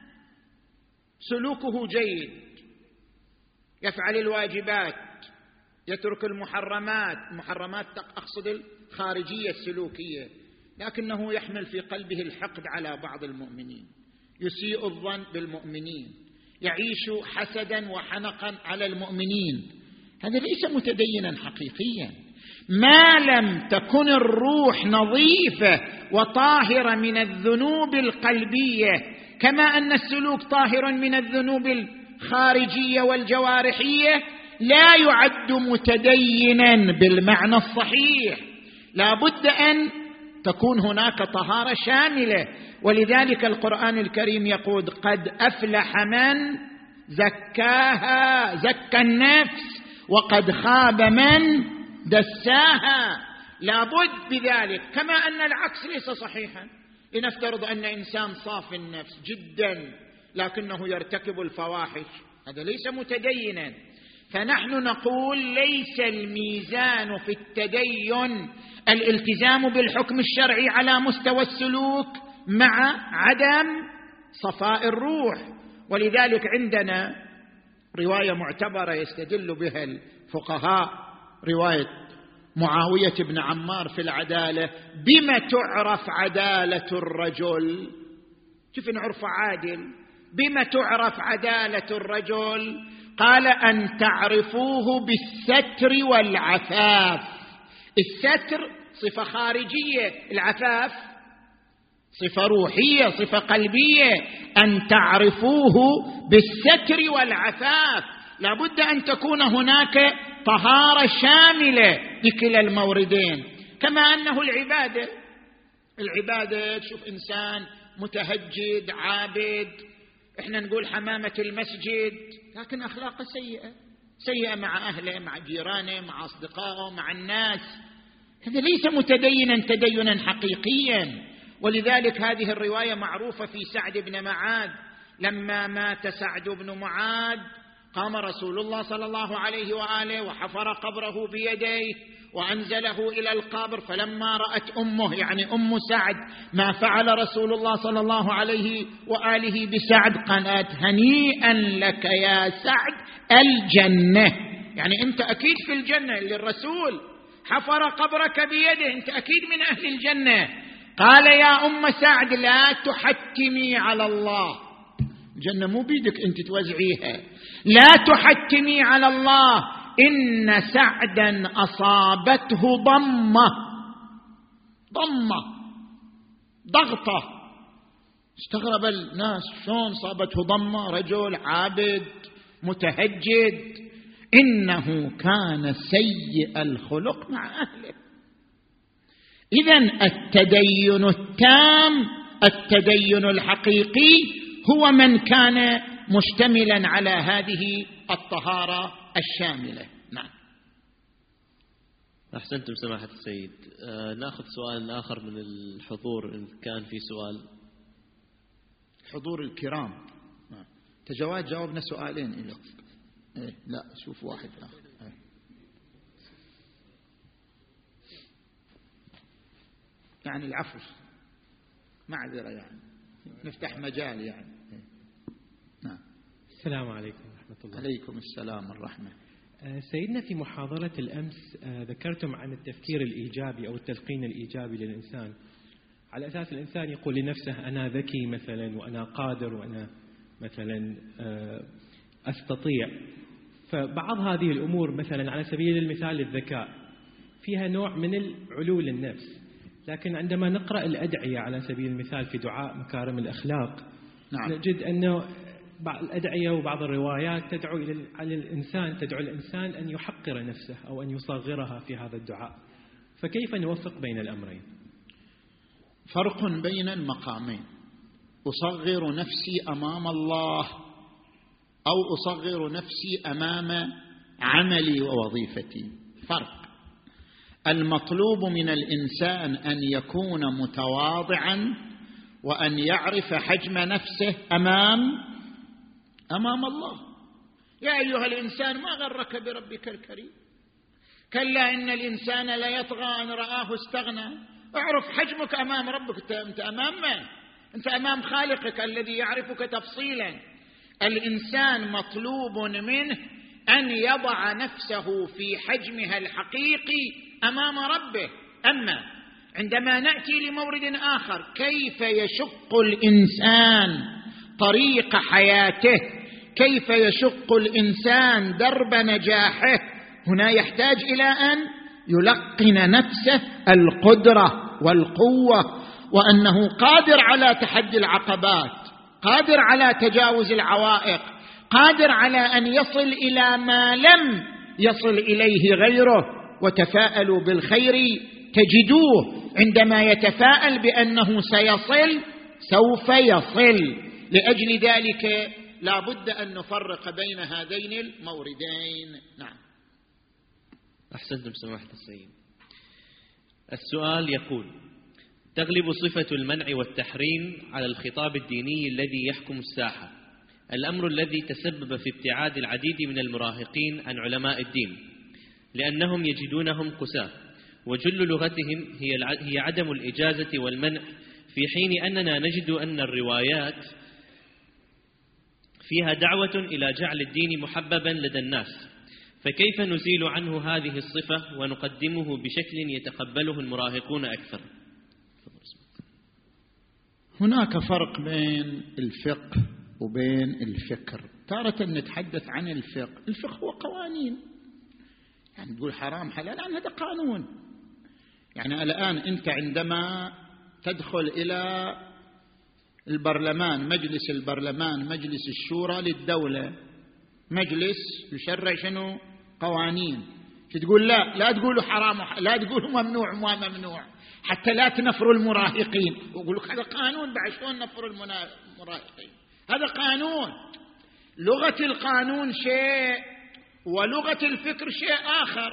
سلوكه جيد، يفعل الواجبات، يترك المحرمات أقصد الخارجية السلوكية، لكنه يحمل في قلبه الحقد على بعض المؤمنين، يسيء الظن بالمؤمنين، يعيش حسدا وحنقا على المؤمنين، هذا ليس متدينا حقيقيا. ما لم تكن الروح نظيفة وطاهرة من الذنوب القلبية كما أن السلوك طاهر من الذنوب الخارجية والجوارحية، لا يعد متدينا بالمعنى الصحيح. لا بد أن تكون هناك طهارة شاملة. ولذلك القرآن الكريم يقول قد أفلح من زكاها، زكى النفس، وقد خاب من دساها. لا بد بذلك. كما أن العكس ليس صحيحا. لنفترض أن إنسان صاف النفس جدا لكنه يرتكب الفواحش، هذا ليس متدينا. فنحن نقول ليس الميزان في التدين الالتزام بالحكم الشرعي على مستوى السلوك مع عدم صفاء الروح. ولذلك عندنا رواية معتبرة يستدل بها الفقهاء، رواية معاوية بن عمار في العدالة: بما تعرف عدالة الرجل؟ كيف نعرف عادل؟ بما تعرف عدالة الرجل؟ قال: أن تعرفوه بالستر والعفاف. الستر صفة خارجية، العفاف صفة روحية، صفة قلبية. أن تعرفوه بالستر والعفاف، لابد أن تكون هناك طهارة شاملة بكلا الموردين. كما أنه العبادة تشوف إنسان متهجد عابد، إحنا نقول حمامة المسجد، لكن أخلاقه سيئة مع أهله، مع جيرانه، مع أصدقائه، مع الناس، هذا ليس متدينا تدينا حقيقيا. ولذلك هذه الرواية معروفة في سعد بن معاذ. لما مات سعد بن معاذ قام رسول الله صلى الله عليه وآله وحفر قبره بيديه وأنزله إلى القبر، فلما رأت أمه يعني أم سعد ما فعل رسول الله صلى الله عليه وآله بسعد قالت: هنيئا لك يا سعد الجنة، يعني أنت أكيد في الجنة، اللي الرسول حفر قبرك بيده أنت أكيد من أهل الجنة. قال: يا أم سعد لا تحتمي على الله، الجنة مو بيدك أنت توزعيها، لا تحتمي على الله، إن سعدا أصابته ضغطة. استغرب الناس، شلون صابته ضمة؟ رجل عابد متهجد، إنه كان سيء الخلق مع أهله. إذن التدين التام، التدين الحقيقي، هو من كان مشتملا على هذه الطهارة الشاملة. نعم. أحسنتم سماحة السيد. نأخذ سؤال آخر من الحضور إن كان في سؤال. حضور الكرام، تجاوز جاوبنا سؤالين إلى لا شوف واحد آخر. يعني العفو، معذرة، يعني نفتح مجال يعني. نعم. السلام عليكم ورحمة الله. عليكم السلام والرحمة. سيدنا، في محاضرة الأمس ذكرتم عن التفكير الإيجابي أو التلقين الإيجابي للإنسان، على أساس الإنسان يقول لنفسه أنا ذكي مثلا، وأنا قادر، وأنا مثلا أستطيع. فبعض هذه الأمور مثلا على سبيل المثال الذكاء فيها نوع من العلو للنفس، لكن عندما نقرأ الأدعية على سبيل المثال في دعاء مكارم الأخلاق، نعم، نجد أنه بعض الأدعية وبعض الروايات تدعو الإنسان أن يحقر نفسه أو أن يصغرها في هذا الدعاء. فكيف نوفق بين الأمرين؟ فرق بين المقامين: أصغر نفسي أمام الله أو أصغر نفسي أمام عملي ووظيفتي، فرق. المطلوب من الإنسان أن يكون متواضعا وأن يعرف حجم نفسه أمام الله. يا أيها الإنسان ما غرك بربك الكريم، كلا إن الإنسان ليطغى أن رآه استغنى. اعرف حجمك أمام ربك. أنت أمام من؟ أنت أمام خالقك الذي يعرفك تفصيلا. الإنسان مطلوب منه أن يضع نفسه في حجمها الحقيقي أمام ربه. أما عندما نأتي لمورد آخر، كيف يشق الإنسان طريق حياته، كيف يشق الإنسان درب نجاحه، هنا يحتاج إلى أن يلقن نفسه القدرة والقوة، وأنه قادر على تحدي العقبات، قادر على تجاوز العوائق، قادر على أن يصل إلى ما لم يصل إليه غيره. وتفاءلوا بالخير تجدوه. عندما يتفاءل بأنه سيصل سوف يصل. لأجل ذلك لا بد أن نفرق بين هذين الموردين. نعم. أحسنتم سماحة السيد. السؤال يقول: تغلب صفة المنع والتحريم على الخطاب الديني الذي يحكم الساحة، الأمر الذي تسبب في ابتعاد العديد من المراهقين عن علماء الدين لأنهم يجدونهم قساة، وجل لغتهم هي عدم الإجازة والمنع، في حين أننا نجد أن الروايات فيها دعوة إلى جعل الدين محببا لدى الناس، فكيف نزيل عنه هذه الصفة ونقدمه بشكل يتقبله المراهقون أكثر؟ هناك فرق بين الفقه وبين الفكر. تارة نتحدث عن الفقه. الفقه هو قوانين، يعني تقول حرام حلال، يعني هذا قانون. يعني الآن أنت عندما تدخل إلى البرلمان، مجلس البرلمان، مجلس الشورى للدولة، مجلس يشرع شنو؟ قوانين. تقول لا تقولوا حرام، لا تقولوا ممنوع وما ممنوع، حتى لا تنفروا المراهقين. ويقول لك هذا قانون، بعد شلون نفر المراهقين؟ هذا قانون. لغة القانون شيء ولغة الفكر شيء آخر.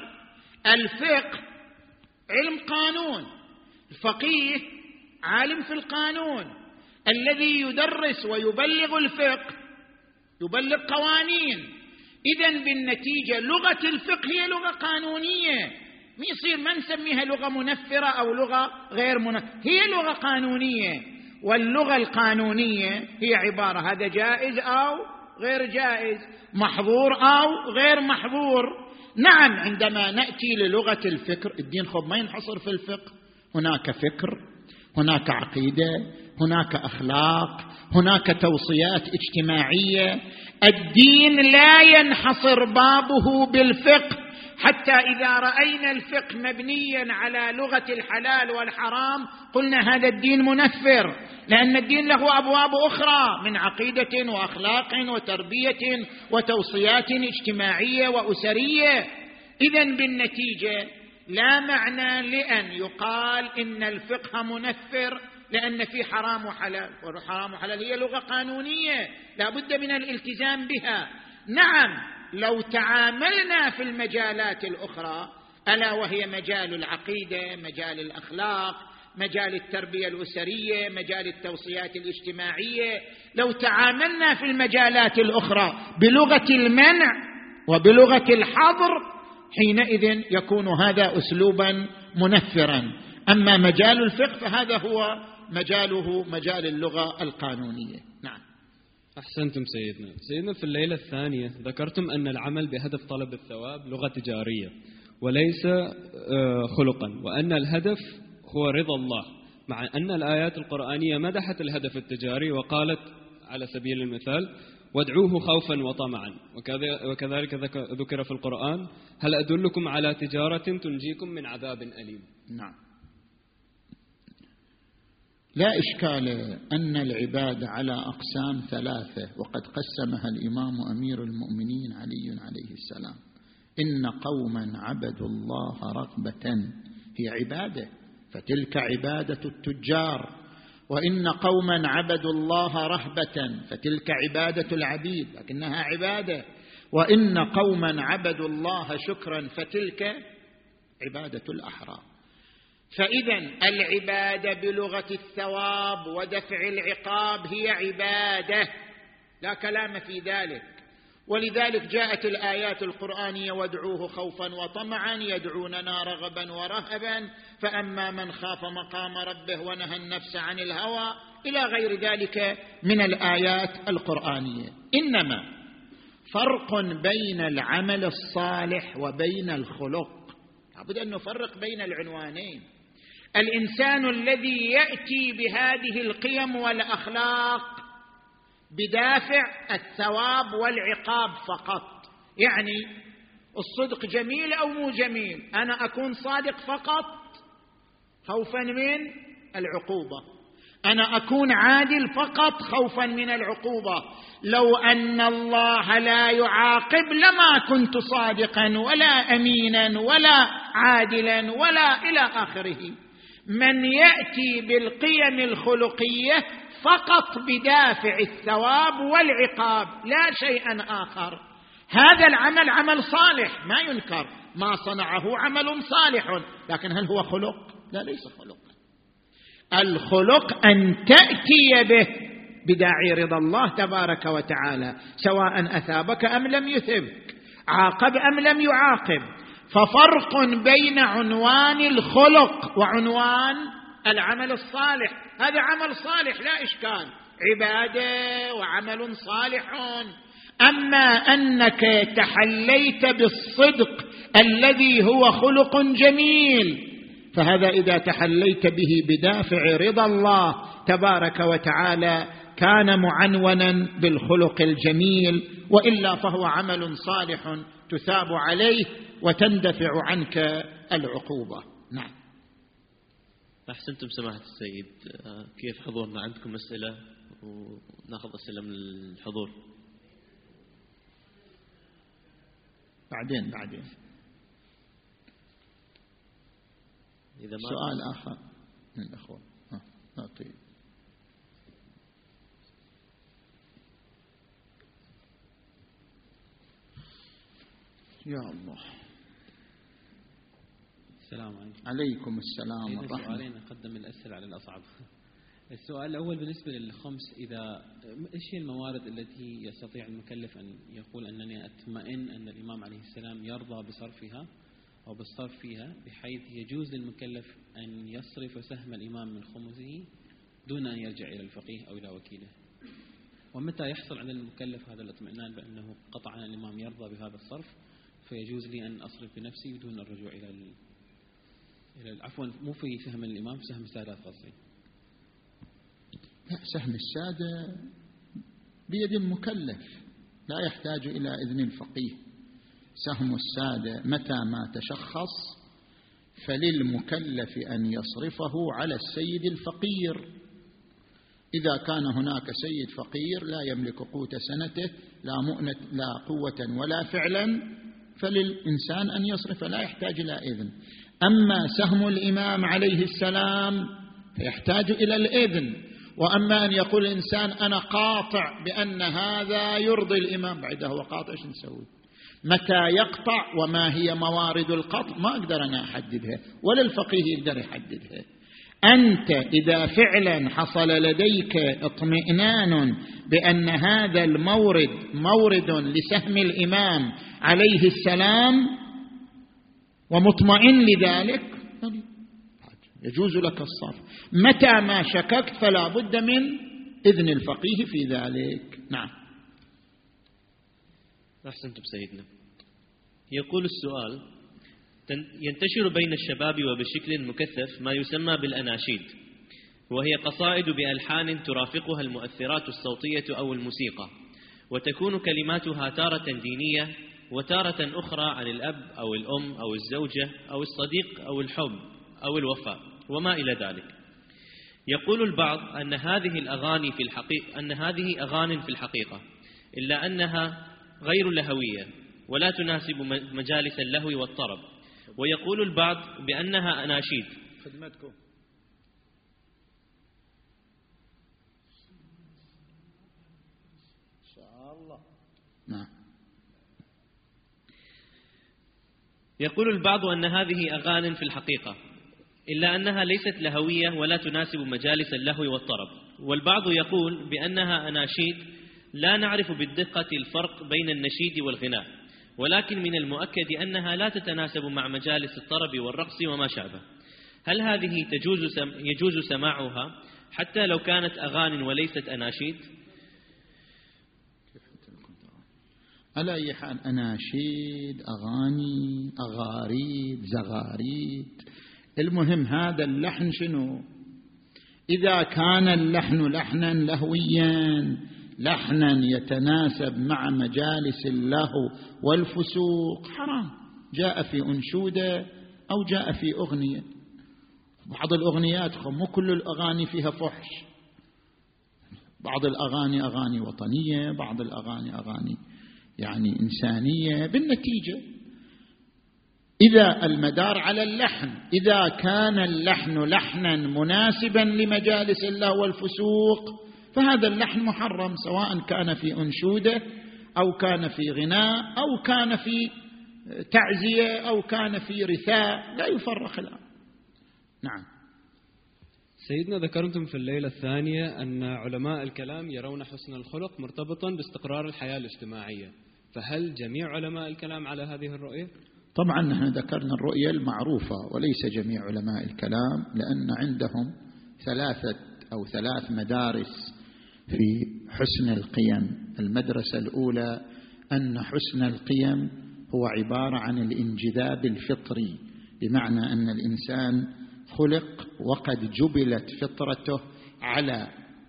الفقه علم قانون، الفقيه عالم في القانون، الذي يدرس ويبلغ الفقه يبلغ قوانين. إذن بالنتيجة لغة الفقه هي لغة قانونية، ما نسميها لغة منفرة أو لغة غير منفرة، هي لغة قانونية. واللغة القانونية هي عبارة هذا جائز أو غير جائز، محظور أو غير محظور. نعم، عندما نأتي للغة الفكر، الدين خب ما ينحصر في الفقه، هناك فكر، هناك عقيدة، هناك أخلاق، هناك توصيات اجتماعية. الدين لا ينحصر بابه بالفقه، حتى إذا رأينا الفقه مبنيا على لغة الحلال والحرام قلنا هذا الدين منفر، لأن الدين له أبواب أخرى من عقيدة وأخلاق وتربية وتوصيات اجتماعية وأسرية. إذن بالنتيجة لا معنى لأن يقال إن الفقه منفر لأن في حرام وحلال، وحرام وحلال هي لغة قانونية لا بد من الالتزام بها. نعم، لو تعاملنا في المجالات الأخرى، ألا وهي مجال العقيدة، مجال الأخلاق، مجال التربية الأسرية، مجال التوصيات الاجتماعية، لو تعاملنا في المجالات الأخرى بلغة المنع وبلغة الحظر، حينئذ يكون هذا أسلوبا منفرا. أما مجال الفقه فهذا هو مجاله مجال اللغة القانونية. نعم. أحسنتم سيدنا. في الليلة الثانية ذكرتم أن العمل بهدف طلب الثواب لغة تجارية وليس خلقا، وأن الهدف هو رضا الله، مع أن الآيات القرآنية مدحت الهدف التجاري وقالت على سبيل المثال: وادعوه خوفا وطمعا، وكذلك ذكر في القرآن: هل أدلكم على تجارة تنجيكم من عذاب أليم. نعم. لا إشكال أن العبادة على أقسام ثلاثة، وقد قسمها الإمام أمير المؤمنين علي عليه السلام: إن قوما عبدوا الله رغبة، هي عبادة، فتلك عبادة التجار. وإن قوما عبدوا الله رهبة، فتلك عبادة العبيد لكنها عبادة. وإن قوما عبدوا الله شكرا، فتلك عبادة الأحرار. فإذا العبادة بلغة الثواب ودفع العقاب هي عبادة، لا كلام في ذلك. ولذلك جاءت الآيات القرآنية: وادعوه خوفا وطمعا، يدعوننا رغبا ورهبا، فأما من خاف مقام ربه ونهى النفس عن الهوى، إلى غير ذلك من الآيات القرآنية. إنما فرق بين العمل الصالح وبين الخلق، لابد أن نفرق بين العنوانين. الإنسان الذي يأتي بهذه القيم والأخلاق بدافع الثواب والعقاب فقط، يعني الصدق جميل أو مو جميل، أنا أكون صادق فقط خوفا من العقوبة، أنا أكون عادل فقط خوفا من العقوبة. لو أن الله لا يعاقب لما كنت صادقا ولا أمينا ولا عادلا ولا إلى آخره. من يأتي بالقيم الخلقية فقط بدافع الثواب والعقاب لا شيئا آخر، هذا العمل عمل صالح ما ينكر، ما صنعه عمل صالح، لكن هل هو خلق؟ لا، ليس خلق. الخلق أن تأتي به بداعي رضا الله تبارك وتعالى، سواء أثابك أم لم يثبك، عاقب أم لم يعاقب. ففرق بين عنوان الخلق وعنوان العمل الصالح. هذا عمل صالح لا إشكال، عبادة وعمل صالح. أما أنك تحليت بالصدق الذي هو خلق جميل، فهذا إذا تحليت به بدافع رضا الله تبارك وتعالى كان معنونا بالخلق الجميل، وإلا فهو عمل صالح تثاب عليه وتندفع عنك العقوبة. نعم. أحسنتم سماحة السيد. كيف حضورنا؟ عندكم أسئلة؟ ونأخذ أسئلة من الحضور بعدين إذا ما سؤال آخر من الأخوة. طيب. يا الله. السلام عليكم. عليكم السلام ورحمة الله. سؤالين أقدم الأسئلة على الأصعب. السؤال الأول بالنسبة للخمس، إيش هي الموارد التي يستطيع المكلف أن يقول أنني أطمئن أن الإمام عليه السلام يرضى بصرفها أو بالصرف فيها، بحيث يجوز للمكلف أن يصرف سهم الإمام من خمسه دون أن يرجع إلى الفقيه أو إلى وكيله؟ ومتى يحصل عند المكلف هذا الاطمئنان بأنه قطعا الإمام يرضى بهذا الصرف، فيجوز لي أن أصرف بنفسي دون الرجوع إلى عفوا مو في سهم الإمام، سهم السادات قصدي. لا، سهم السادة بيد المكلف لا يحتاج إلى إذن الفقيه. سهم السادة متى ما تشخص فللمكلف أن يصرفه على السيد الفقير. إذا كان هناك سيد فقير لا يملك قوت سنته، لا مؤنة لا قوة ولا فعلا، فللإنسان أن يصرف لا يحتاج إلى إذن. أما سهم الإمام عليه السلام فيحتاج إلى الإذن. وأما أن يقول الإنسان أنا قاطع بأن هذا يرضي الإمام، بعده هو قاطع، إيش نسوي؟ متى يقطع وما هي موارد القطع ما أقدر أنا أحددها ولا الفقيه يقدر يحددها. أنت إذا فعلا حصل لديك اطمئنان بأن هذا المورد مورد لسهم الإمام عليه السلام ومطمئن لذلك، يجوز لك الصرف. متى ما شككت فلا بد من إذن الفقيه في ذلك. نعم. أحسنتم سيدنا. يقول السؤال: ينتشر بين الشباب وبشكل مكثف ما يسمى بالأناشيد، وهي قصائد بألحان ترافقها المؤثرات الصوتية أو الموسيقى، وتكون كلماتها تارة دينية وتارة أخرى عن الأب أو الأم أو الزوجة أو الصديق أو الحب أو الوفاء وما إلى ذلك. يقول البعض أن هذه أغاني في الحقيقة، إلا أنها غير لهوية ولا تناسب مجالس اللهو والطرب. ويقول البعض بأنها أناشيد. خدمتكم. إن شاء الله. نعم. يقول البعض أن هذه أغاني في الحقيقة، إلا أنها ليست لهوية ولا تناسب مجالس اللهو والطرب. والبعض يقول بأنها أناشيد لا نعرف بالدقة الفرق بين النشيد والغناء، ولكن من المؤكد أنها لا تتناسب مع مجالس الطرب والرقص وما شابه. هل هذه يجوز سماعها حتى لو كانت أغاني وليست أناشيد؟ على أي حال أناشيد، أغاني، أغاريد، زغاريد، المهم هذا اللحن شنو؟ إذا كان اللحن لحنا لهويا، لحنا يتناسب مع مجالس اللهو والفسوق، حرام. جاء في أنشودة أو جاء في أغنية. بعض الأغنيات مو كل الأغاني فيها فحش، بعض الأغاني أغاني وطنية، بعض الأغاني أغاني يعني إنسانية. بالنتيجة إذا المدار على اللحن، إذا كان اللحن لحنا مناسبا لمجالس اللهو والفسوق فهذا اللحن محرم، سواء كان في أنشودة أو كان في غناء أو كان في تعزية أو كان في رثاء، لا يفرق الآن. نعم. سيدنا، ذكرتم في الليلة الثانية أن علماء الكلام يرون حسن الخلق مرتبطا باستقرار الحياة الاجتماعية، فهل جميع علماء الكلام على هذه الرؤية؟ طبعا نحن ذكرنا الرؤية المعروفة وليس جميع علماء الكلام، لأن عندهم ثلاث مدارس في حسن القيم. المدرسة الأولى أن حسن القيم هو عبارة عن الانجذاب الفطري، بمعنى أن الإنسان خلق وقد جبلت فطرته على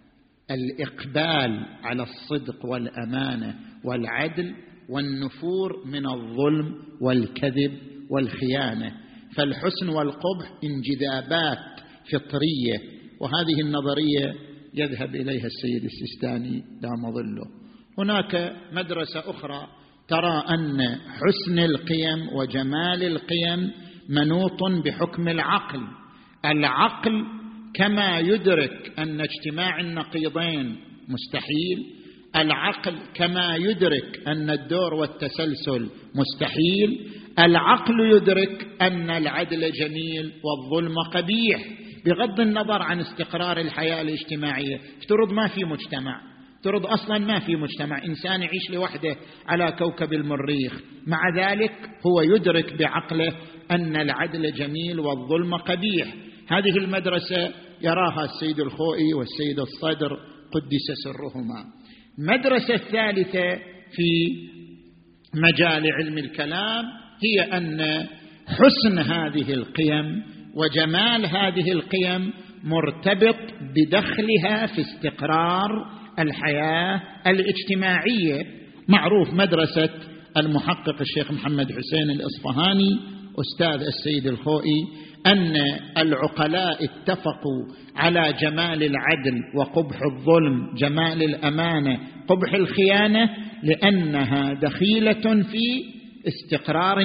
الإقبال على الصدق والأمانة والعدل والنفور من الظلم والكذب والخيانة. فالحسن والقبح انجذابات فطرية، وهذه النظرية يذهب إليها السيد السيستاني دام ظله. هناك مدرسة أخرى ترى أن حسن القيم وجمال القيم منوط بحكم العقل. العقل كما يدرك أن اجتماع النقيضين مستحيل، العقل كما يدرك أن الدور والتسلسل مستحيل، العقل يدرك أن العدل جميل والظلم قبيح، بغض النظر عن استقرار الحياة الاجتماعية. افترض ما في مجتمع، افترض أصلا ما في مجتمع، إنسان يعيش لوحده على كوكب المريخ، مع ذلك هو يدرك بعقله أن العدل جميل والظلم قبيح. هذه المدرسة يراها السيد الخوئي والسيد الصدر قدس سرهما. المدرسة الثالثة في مجال علم الكلام هي أن حسن هذه القيم وجمال هذه القيم مرتبط بدخلها في استقرار الحياة الاجتماعية. معروف مدرسة المحقق الشيخ محمد حسين الإصفهاني أستاذ السيد الخوئي أن العقلاء اتفقوا على جمال العدل وقبح الظلم، جمال الأمانة، قبح الخيانة، لأنها دخيلة في استقرار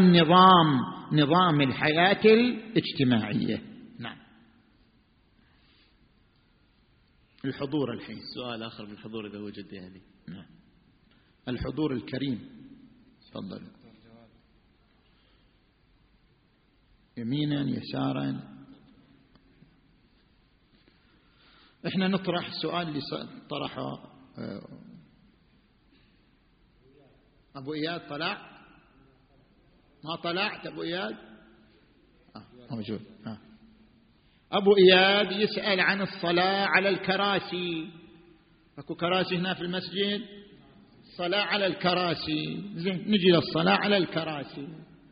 نظام الحياة الاجتماعية. نعم. الحضور الحين سؤال آخر من الحضور إذا وجد يعني. نعم. الحضور الكريم تفضل. يمينا يسارا. احنا نطرح السؤال اللي طرحه أبو إياد. طلع؟ ما طلعت أبو إياد؟ موجود. أبو إياد يسأل عن الصلاة على الكراسي. أكو كراسي هنا في المسجد؟ الصلاة على الكراسي. زين، نجي للصلاة على الكراسي.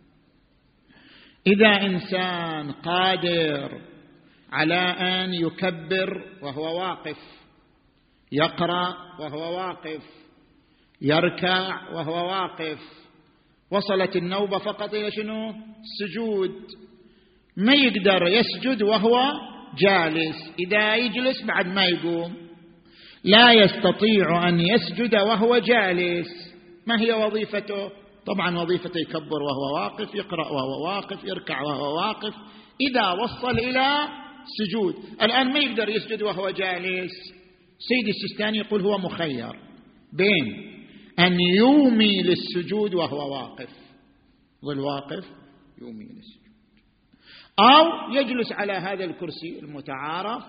إذا إنسان قادر على أن يكبر وهو واقف، يقرأ وهو واقف، يركع وهو واقف، وصلت النوبة فقط إلى شنو؟ السجود، ما يقدر يسجد وهو جالس، إذا يجلس بعد ما يقوم، لا يستطيع أن يسجد وهو جالس. ما هي وظيفته؟ طبعا وظيفته يكبر وهو واقف، يقرأ وهو واقف، يركع وهو واقف، إذا وصل إلى سجود. الآن ما يقدر يسجد وهو جالس. سيد السيستاني يقول هو مخير بين أن يومي للسجود وهو واقف، ظل واقف يومي للسجود، أو يجلس على هذا الكرسي المتعارف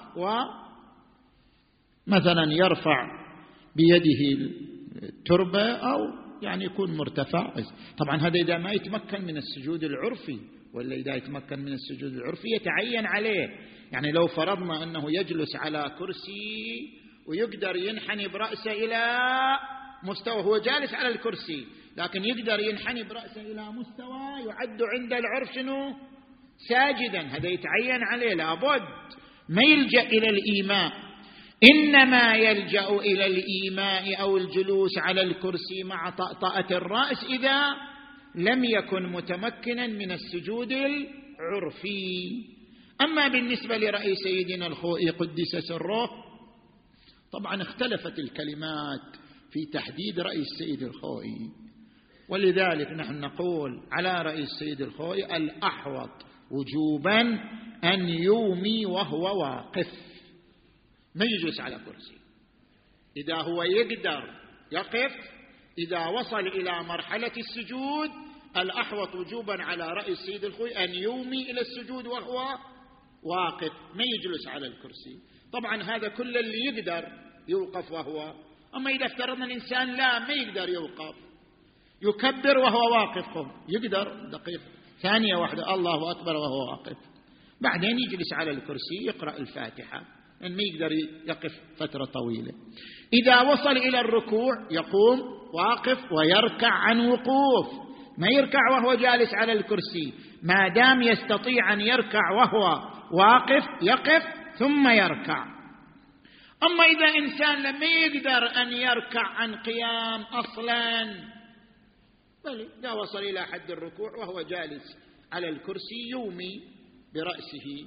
ومثلا يرفع بيده التربة أو يعني يكون مرتفع. طبعا هذا إذا ما يتمكن من السجود العرفي، ولا إذا يتمكن من السجود العرفي يتعين عليه. يعني لو فرضنا أنه يجلس على كرسي ويقدر ينحني برأسه إلى مستوى، هو جالس على الكرسي لكن يقدر ينحني برأسه إلى مستوى يعد عند العرف شنو؟ ساجدا، هذا يتعين عليه، لابد ما يلجأ إلى الإيماء، إنما يلجأ إلى الإيماء أو الجلوس على الكرسي مع طأطأة الرأس إذا لم يكن متمكنا من السجود العرفي. أما بالنسبة لرأي سيدنا الخوئي قدس سره، طبعا اختلفت الكلمات في تحديد رأي السيد الخوئي، ولذلك نحن نقول على رأي السيد الخوئي الأحوط وجوبا أن يومي وهو واقف، ما يجلس على كرسي. إذا هو يقدر يقف، إذا وصل إلى مرحلة السجود الأحوط وجوبا على رأي السيد الخوئي أن يومي إلى السجود وهو واقف، ما يجلس على الكرسي. طبعا هذا كل اللي يقدر يوقف وهو، أما إذا افترضنا الإنسان لا ما يقدر يوقف، يكبر وهو واقف، يقدر دقيقة ثانية واحدة الله أكبر وهو واقف، بعدين يجلس على الكرسي يقرأ الفاتحة، إن ما يقدر يقف فترة طويلة. إذا وصل إلى الركوع يقوم واقف ويركع عن وقوف، ما يركع وهو جالس على الكرسي، ما دام يستطيع أن يركع وهو واقف يقف ثم يركع. أما إذا إنسان لم يقدر أن يركع عن قيام أصلا، بل إذا وصل إلى حد الركوع وهو جالس على الكرسي يومي برأسه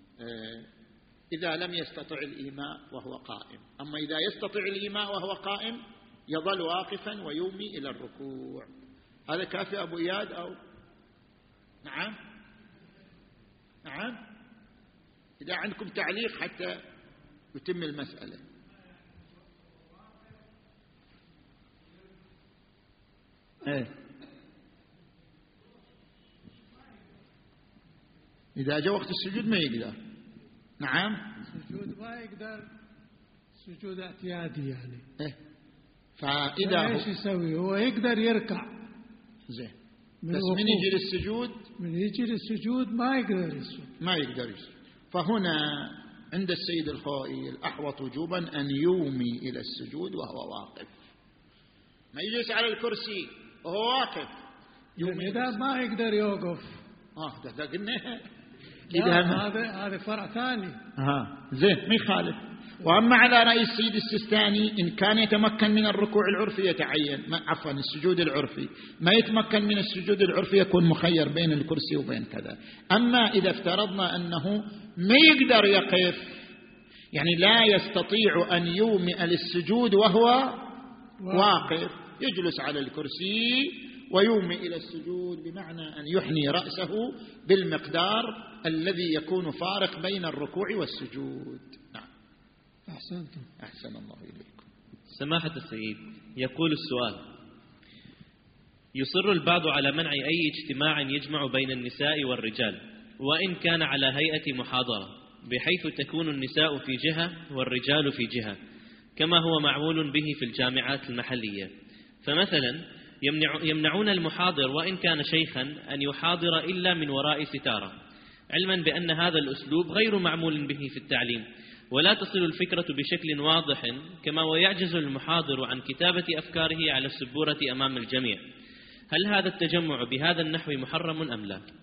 إذا لم يستطع الإيماء وهو قائم. أما إذا يستطيع الإيماء وهو قائم يظل واقفا ويومي إلى الركوع. هذا كافي أبو إياد أو نعم؟ نعم، إذا عندكم تعليق حتى يتم المسألة. إذا جاء وقت السجود ما يقدر. نعم، السجود ما يقدر، سجود اعتيادي يعني. فإذا ايش يسوي؟ هو يقدر يركع زين، بس من يجي للسجود، من يجي للسجود ما يقدر يسجد، ما يقدر يسجد. فهنا عند السيد الخوئي الأحوط وجوبا أن يومي إلى السجود وهو واقف، ما يجلس على الكرسي وهو واقف. إذا ما يقدر يوقف ده قلنا هذا فرع ثاني. زين ما يخالف. وأما على رأي السيد السيستاني إن كان يتمكن من الركوع العرفي يتعين، عفوا السجود العرفي، ما يتمكن من السجود العرفي يكون مخير بين الكرسي وبين كذا. أما إذا افترضنا أنه ما يقدر يقف، يعني لا يستطيع أن يومئ للسجود وهو واقف، يجلس على الكرسي ويومي إلى السجود، بمعنى أن يحني رأسه بالمقدار الذي يكون فارق بين الركوع والسجود. نعم. أحسنتم. أحسن الله إليكم. سماحة السيد، يقول السؤال: يصر البعض على منع أي اجتماع يجمع بين النساء والرجال، وإن كان على هيئة محاضرة، بحيث تكون النساء في جهة والرجال في جهة، كما هو معمول به في الجامعات المحلية. فمثلا يمنعون المحاضر وإن كان شيخا أن يحاضر إلا من وراء ستارة، علما بأن هذا الأسلوب غير معمول به في التعليم، ولا تصل الفكرة بشكل واضح، كما ويعجز المحاضر عن كتابة أفكاره على السبورة أمام الجميع. هل هذا التجمع بهذا النحو محرم أم لا؟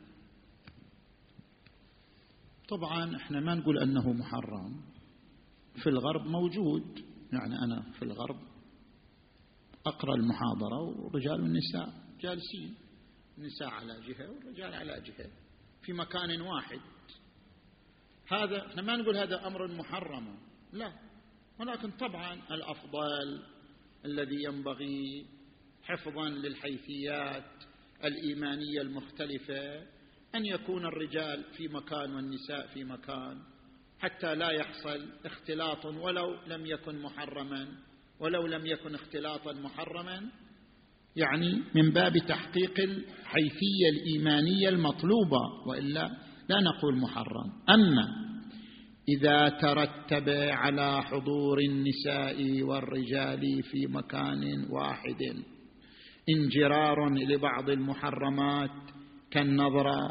طبعا احنا ما نقول أنه محرم، في الغرب موجود، يعني أنا في الغرب أقرأ المحاضرة والرجال والنساء جالسين، النساء على جهة والرجال على جهة في مكان واحد. هذا احنا ما نقول هذا أمر محرم، لا، ولكن طبعا الأفضل الذي ينبغي حفظا للحيثيات الإيمانية المختلفة أن يكون الرجال في مكان والنساء في مكان، حتى لا يحصل اختلاط ولو لم يكن محرما، ولو لم يكن اختلاطا محرما، يعني من باب تحقيق الحيثية الإيمانية المطلوبة، وإلا لا نقول محرم. أما إذا ترتب على حضور النساء والرجال في مكان واحد انجرار لبعض المحرمات كالنظرة،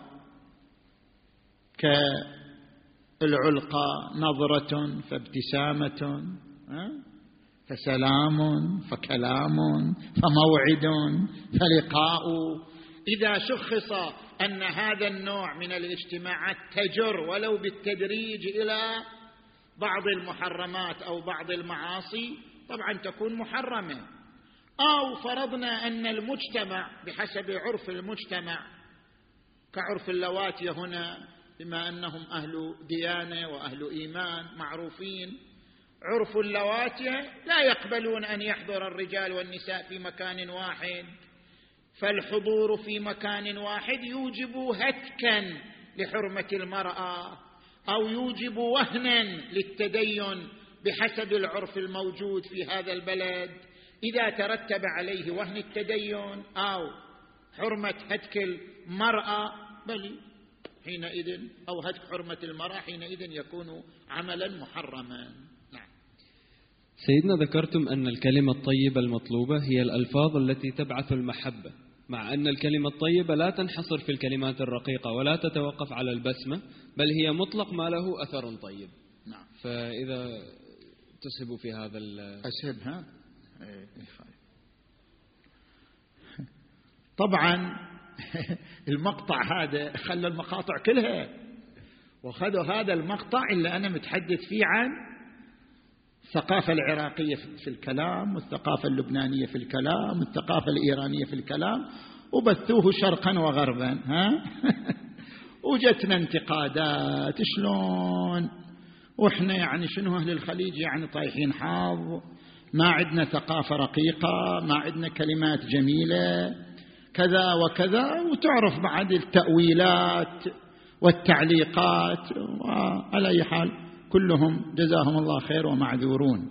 كالعلقة، نظرة فابتسامة، فسلام فكلام فموعد فلقاء، إذا شخص أن هذا النوع من الاجتماعات تجر ولو بالتدريج إلى بعض المحرمات أو بعض المعاصي طبعا تكون محرمة. أو فرضنا أن المجتمع بحسب عرف المجتمع كعرف اللواتية هنا، بما أنهم أهل ديانة وأهل إيمان معروفين، عرف اللواتية لا يقبلون أن يحضر الرجال والنساء في مكان واحد، فالحضور في مكان واحد يوجب هتكا لحرمة المرأة أو يوجب وهنا للتدين بحسب العرف الموجود في هذا البلد. إذا ترتب عليه وهن التدين أو حرمة هتك المرأة بل حينئذ أو هتك حرمة المرأة حينئذ يكون عملا محرما. نعم. سيدنا ذكرتم أن الكلمة الطيبة المطلوبة هي الألفاظ التي تبعث المحبة، مع أن الكلمة الطيبة لا تنحصر في الكلمات الرقيقة ولا تتوقف على البسمة، بل هي مطلق ما له أثر طيب. نعم. فإذا تسهب في هذا أسهبها طبعا المقطع هذا خلى المقاطع كلها وخذوا هذا المقطع اللي أنا متحدث فيه عن الثقافة العراقية في الكلام والثقافة اللبنانية في الكلام والثقافة الإيرانية في الكلام وبثوه شرقا وغربا. وجتنا انتقادات شلون وإحنا يعني شنو أهل الخليج يعني طايحين حظ، ما عندنا ثقافة رقيقة، ما عندنا كلمات جميلة كذا وكذا، وتعرف بعد التأويلات والتعليقات. وعلى أي حال كلهم جزاهم الله خير ومعذورون.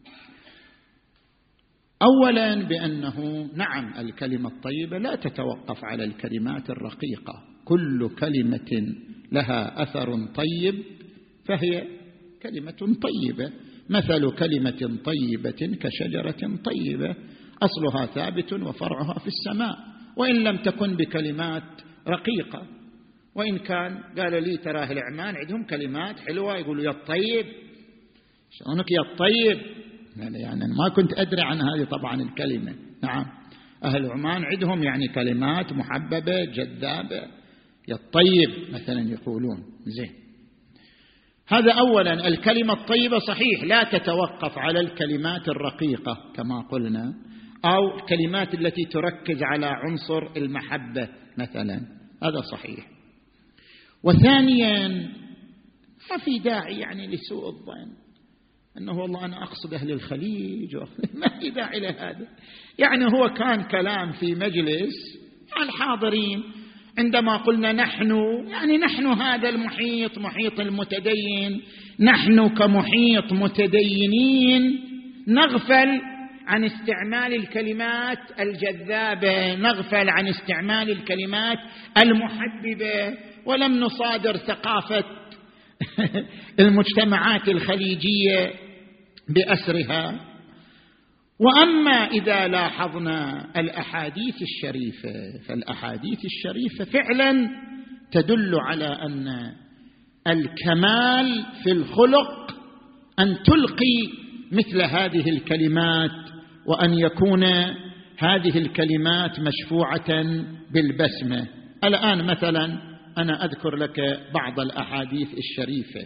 أولا بأنه نعم الكلمة الطيبة لا تتوقف على الكلمات الرقيقة، كل كلمة لها أثر طيب فهي كلمة طيبة. مثل كلمة طيبة كشجرة طيبة أصلها ثابت وفرعها في السماء، وإن لم تكن بكلمات رقيقة. وإن كان قال لي تراه العمان عندهم كلمات حلوة يقولوا يا الطيب، شلونك يا الطيب، يعني أنا ما كنت أدري عن هذه طبعا الكلمة. نعم أهل عمان عندهم يعني كلمات محببة جذابة، يا الطيب مثلا يقولون. زين، هذا أولا. الكلمة الطيبة صحيح لا تتوقف على الكلمات الرقيقة كما قلنا، أو الكلمات التي تركز على عنصر المحبة مثلا، هذا صحيح. وثانيا ما في داعي يعني لسوء الظن أنه والله أنا أقصد أهل الخليج ما في داعي لهذا. يعني هو كان كلام في مجلس الحاضرين عندما قلنا نحن، يعني نحن هذا المحيط محيط المتدين، نحن كمحيط متدينين نغفل عن استعمال الكلمات الجذابة، نغفل عن استعمال الكلمات المحببة، ولم نصادر ثقافة المجتمعات الخليجية بأسرها. وأما إذا لاحظنا الأحاديث الشريفة فالأحاديث الشريفة فعلا تدل على أن الكمال في الخلق أن تلقي مثل هذه الكلمات، وأن يكون هذه الكلمات مشفوعة بالبسمة. الآن مثلا أنا أذكر لك بعض الأحاديث الشريفة.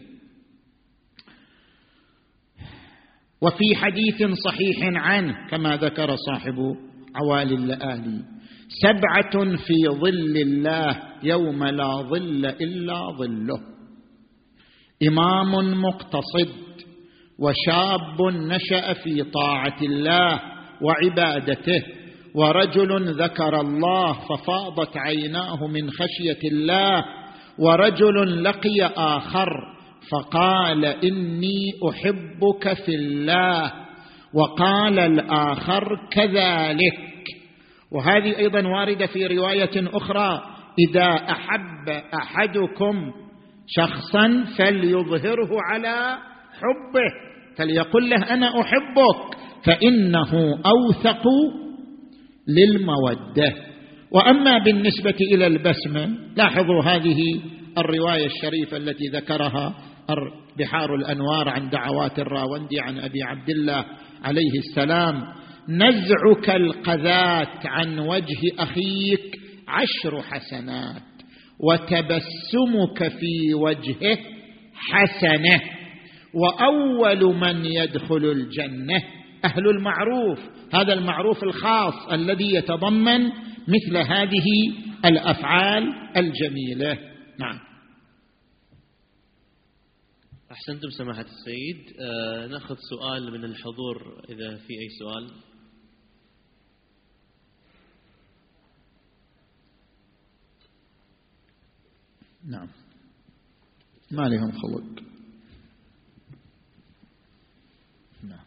وفي حديث صحيح عنه كما ذكر صاحب عوالي اللآلي: 7 في ظل الله يوم لا ظل إلا ظله: إمام مقتصد، وشاب نشأ في طاعة الله وعبادته، ورجل ذكر الله ففاضت عيناه من خشية الله، ورجل لقي آخر فقال إني أحبك في الله، وقال الآخر كذلك. وهذه أيضا واردة في رواية أخرى: إذا أحب أحدكم شخصا فليظهره على حبه، فليقل له أنا أحبك، فإنه أوثق للمودة. وأما بالنسبة إلى البسمة، لاحظوا هذه الرواية الشريفة التي ذكرها بحار الأنوار عن دعوات الراوندي عن أبي عبد الله عليه السلام: نزعك القذاة عن وجه أخيك 10 حسنات، وتبسمك في وجهه حسنة، وأول من يدخل الجنة أهل المعروف. هذا المعروف الخاص الذي يتضمن مثل هذه الأفعال الجميلة. نعم. أحسنتم سماحة السيد. نأخذ سؤال من الحضور إذا في أي سؤال. نعم، ما لهم خلق. نعم.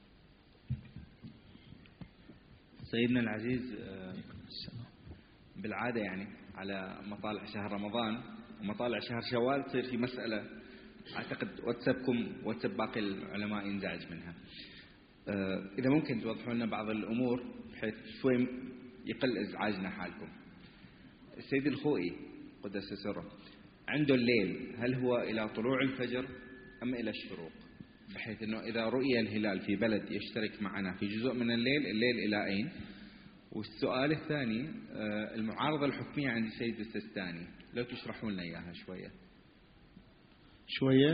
سيدنا العزيز، بالعادة يعني على مطالع شهر رمضان ومطالع شهر شوال تصير في مسألة أعتقد واتساب باقي العلماء ينزعج منها. إذا ممكن توضحوا لنا بعض الأمور بحيث شوي يقل إزعاجنا حالكم. السيد الخوئي قدس سره عنده الليل، هل هو إلى طلوع الفجر أم إلى الشروق؟ بحيث أنه إذا رؤي الهلال في بلد يشترك معنا في جزء من الليل إلى أين؟ والسؤال الثاني، المعارضة الحكمية عند السيد السيستاني، لو تشرحون لنا إياها شوية.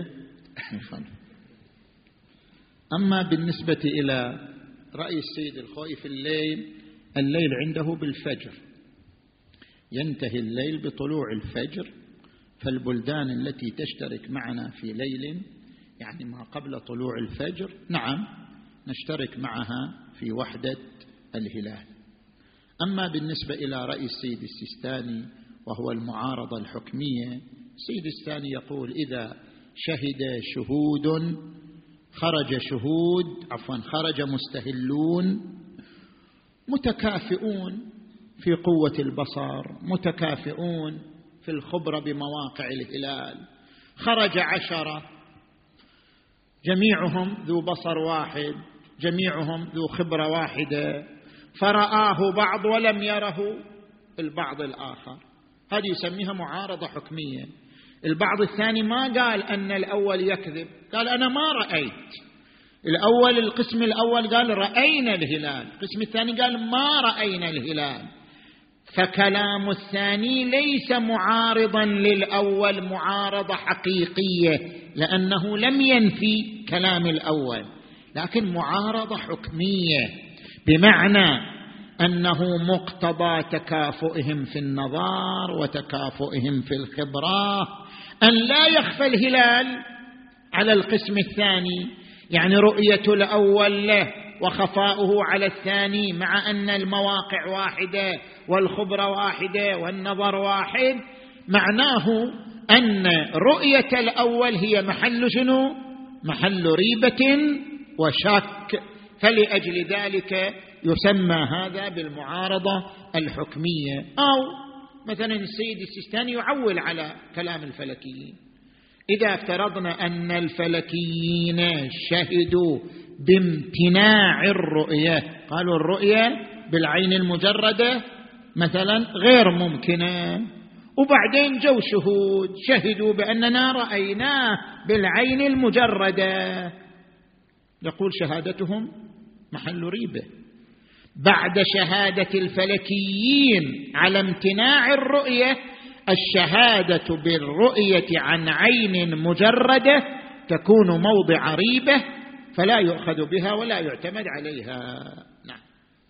أما بالنسبة إلى رأي السيد الخوئي في الليل عنده بالفجر، ينتهي الليل بطلوع الفجر. فالبلدان التي تشترك معنا في ليل يعني ما قبل طلوع الفجر، نعم نشترك معها في وحدة الهلال. أما بالنسبة إلى رأي السيد السيستاني وهو المعارضة الحكمية، السيد السيستاني يقول إذا خرج مستهلون متكافئون في قوة البصر، متكافئون في الخبرة بمواقع الهلال، خرج 10 جميعهم ذو بصر واحد، جميعهم ذو خبرة واحدة، فرآه بعض ولم يره البعض الآخر، هذه يسميها معارضة حكمية. البعض الثاني ما قال أن الأول يكذب، قال أنا ما رأيت. القسم الأول قال رأينا الهلال، القسم الثاني قال ما رأينا الهلال. فكلام الثاني ليس معارضا للأول معارضة حقيقية، لأنه لم ينفي كلام الأول، لكن معارضة حكمية، بمعنى أنه مقتضى تكافؤهم في النظر وتكافؤهم في الخبرة أن لا يخفى الهلال على القسم الثاني، يعني رؤية الأول له وخفاؤه على الثاني، مع أن المواقع واحدة والخبرة واحدة والنظر واحد، معناه أن رؤية الأول هي محل شنو؟ محل ريبة وشك. فلأجل ذلك يسمى هذا بالمعارضة الحكمية. أو مثلا السيد السيستاني يعول على كلام الفلكيين. إذا افترضنا أن الفلكيين شهدوا بامتناع الرؤية، قالوا الرؤية بالعين المجردة مثلا غير ممكنة، وبعدين جو شهود شهدوا بأننا رأيناه بالعين المجردة، يقول شهادتهم محل ريبة. بعد شهادة الفلكيين على امتناع الرؤية، الشهادة بالرؤية عن عين مجردة تكون موضع ريبة، فلا يؤخذ بها ولا يعتمد عليها. نعم.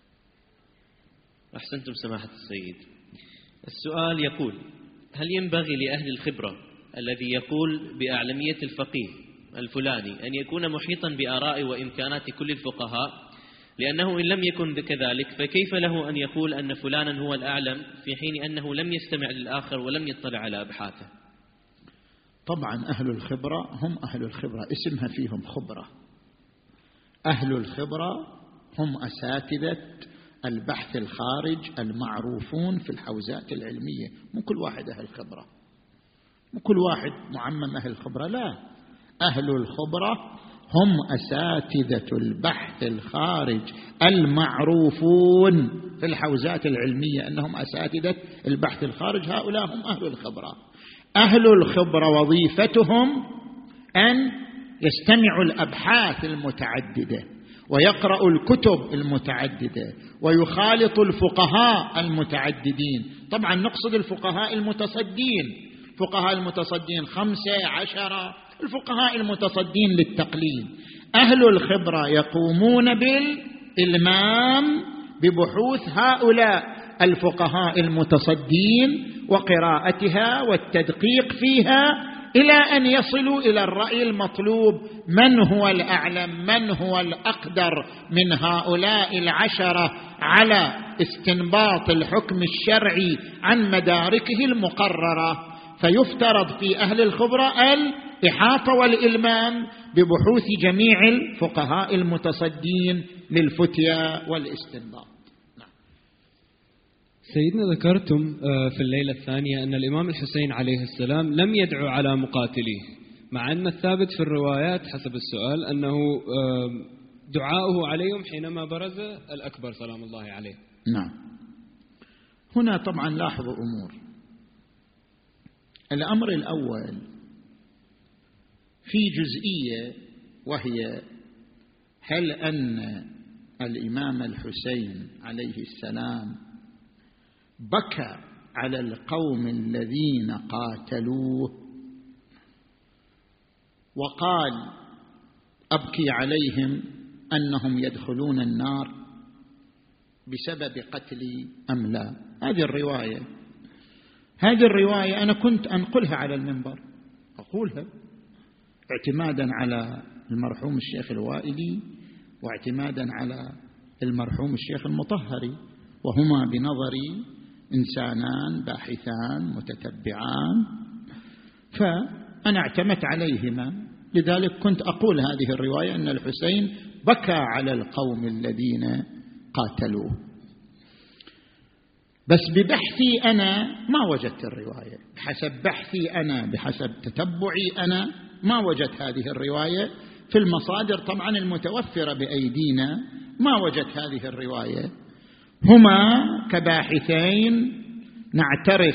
أحسنتم سماحة السيد. السؤال يقول: هل ينبغي لأهل الخبرة الذي يقول بأعلمية الفقيه الفلاني أن يكون محيطا بآراء وإمكانات كل الفقهاء؟ لأنه إن لم يكن كذلك فكيف له أن يقول أن فلانا هو الأعلم في حين أنه لم يستمع للآخر ولم يطلع على أبحاثه؟ طبعا أهل الخبرة هم أهل الخبرة، اسمها فيهم خبرة. أهل الخبرة هم أساتذة البحث الخارج المعروفون في الحوزات العلمية، مو كل واحد أهل خبرة. كل واحد معمم أهل الخبرة، لا، أهل الخبرة هم أساتذة البحث الخارج المعروفون في الحوزات العلمية أنهم أساتذة البحث الخارج، هؤلاء هم أهل الخبرة. أهل الخبرة وظيفتهم أن يستمعوا الأبحاث المتعددة ويقرأوا الكتب المتعددة ويخالط الفقهاء المتعددين. طبعا نقصد الفقهاء المتصدين، فقهاء المتصدين 15 الفقهاء المتصدين للتقليد. أهل الخبرة يقومون بالإلمام ببحوث هؤلاء الفقهاء المتصدين وقراءتها والتدقيق فيها إلى أن يصلوا إلى الرأي المطلوب، من هو الأعلم، من هو الأقدر من هؤلاء 10 على استنباط الحكم الشرعي عن مداركه المقررة. فيفترض في أهل الخبرة الإحاطة والإلمام ببحوث جميع الفقهاء المتصدين للفتيا والاستنباط. سيدنا ذكرتم في الليلة الثانية أن الإمام الحسين عليه السلام لم يدعو على مقاتليه، مع أن الثابت في الروايات حسب السؤال أنه دعاؤه عليهم حينما برز الأكبر سلام الله عليه. نعم. هنا طبعا لاحظوا أمور. الأمر الأول في جزئية، وهي هل أن الإمام الحسين عليه السلام بكى على القوم الذين قاتلوه وقال أبكي عليهم أنهم يدخلون النار بسبب قتلي أم لا؟ هذه الرواية أنا كنت أنقلها على المنبر، أقولها اعتمادا على المرحوم الشيخ الوائلي واعتمادا على المرحوم الشيخ المطهري، وهما بنظري إنسانان باحثان متتبعان، فأنا اعتمدت عليهما. لذلك كنت أقول هذه الرواية أن الحسين بكى على القوم الذين قاتلوه. بس ببحثي أنا ما وجدت الرواية، بحسب بحثي أنا، بحسب تتبعي أنا، ما وجدت هذه الرواية في المصادر طبعا المتوفرة بأيدينا، ما وجدت هذه الرواية. هما كباحثين نعترف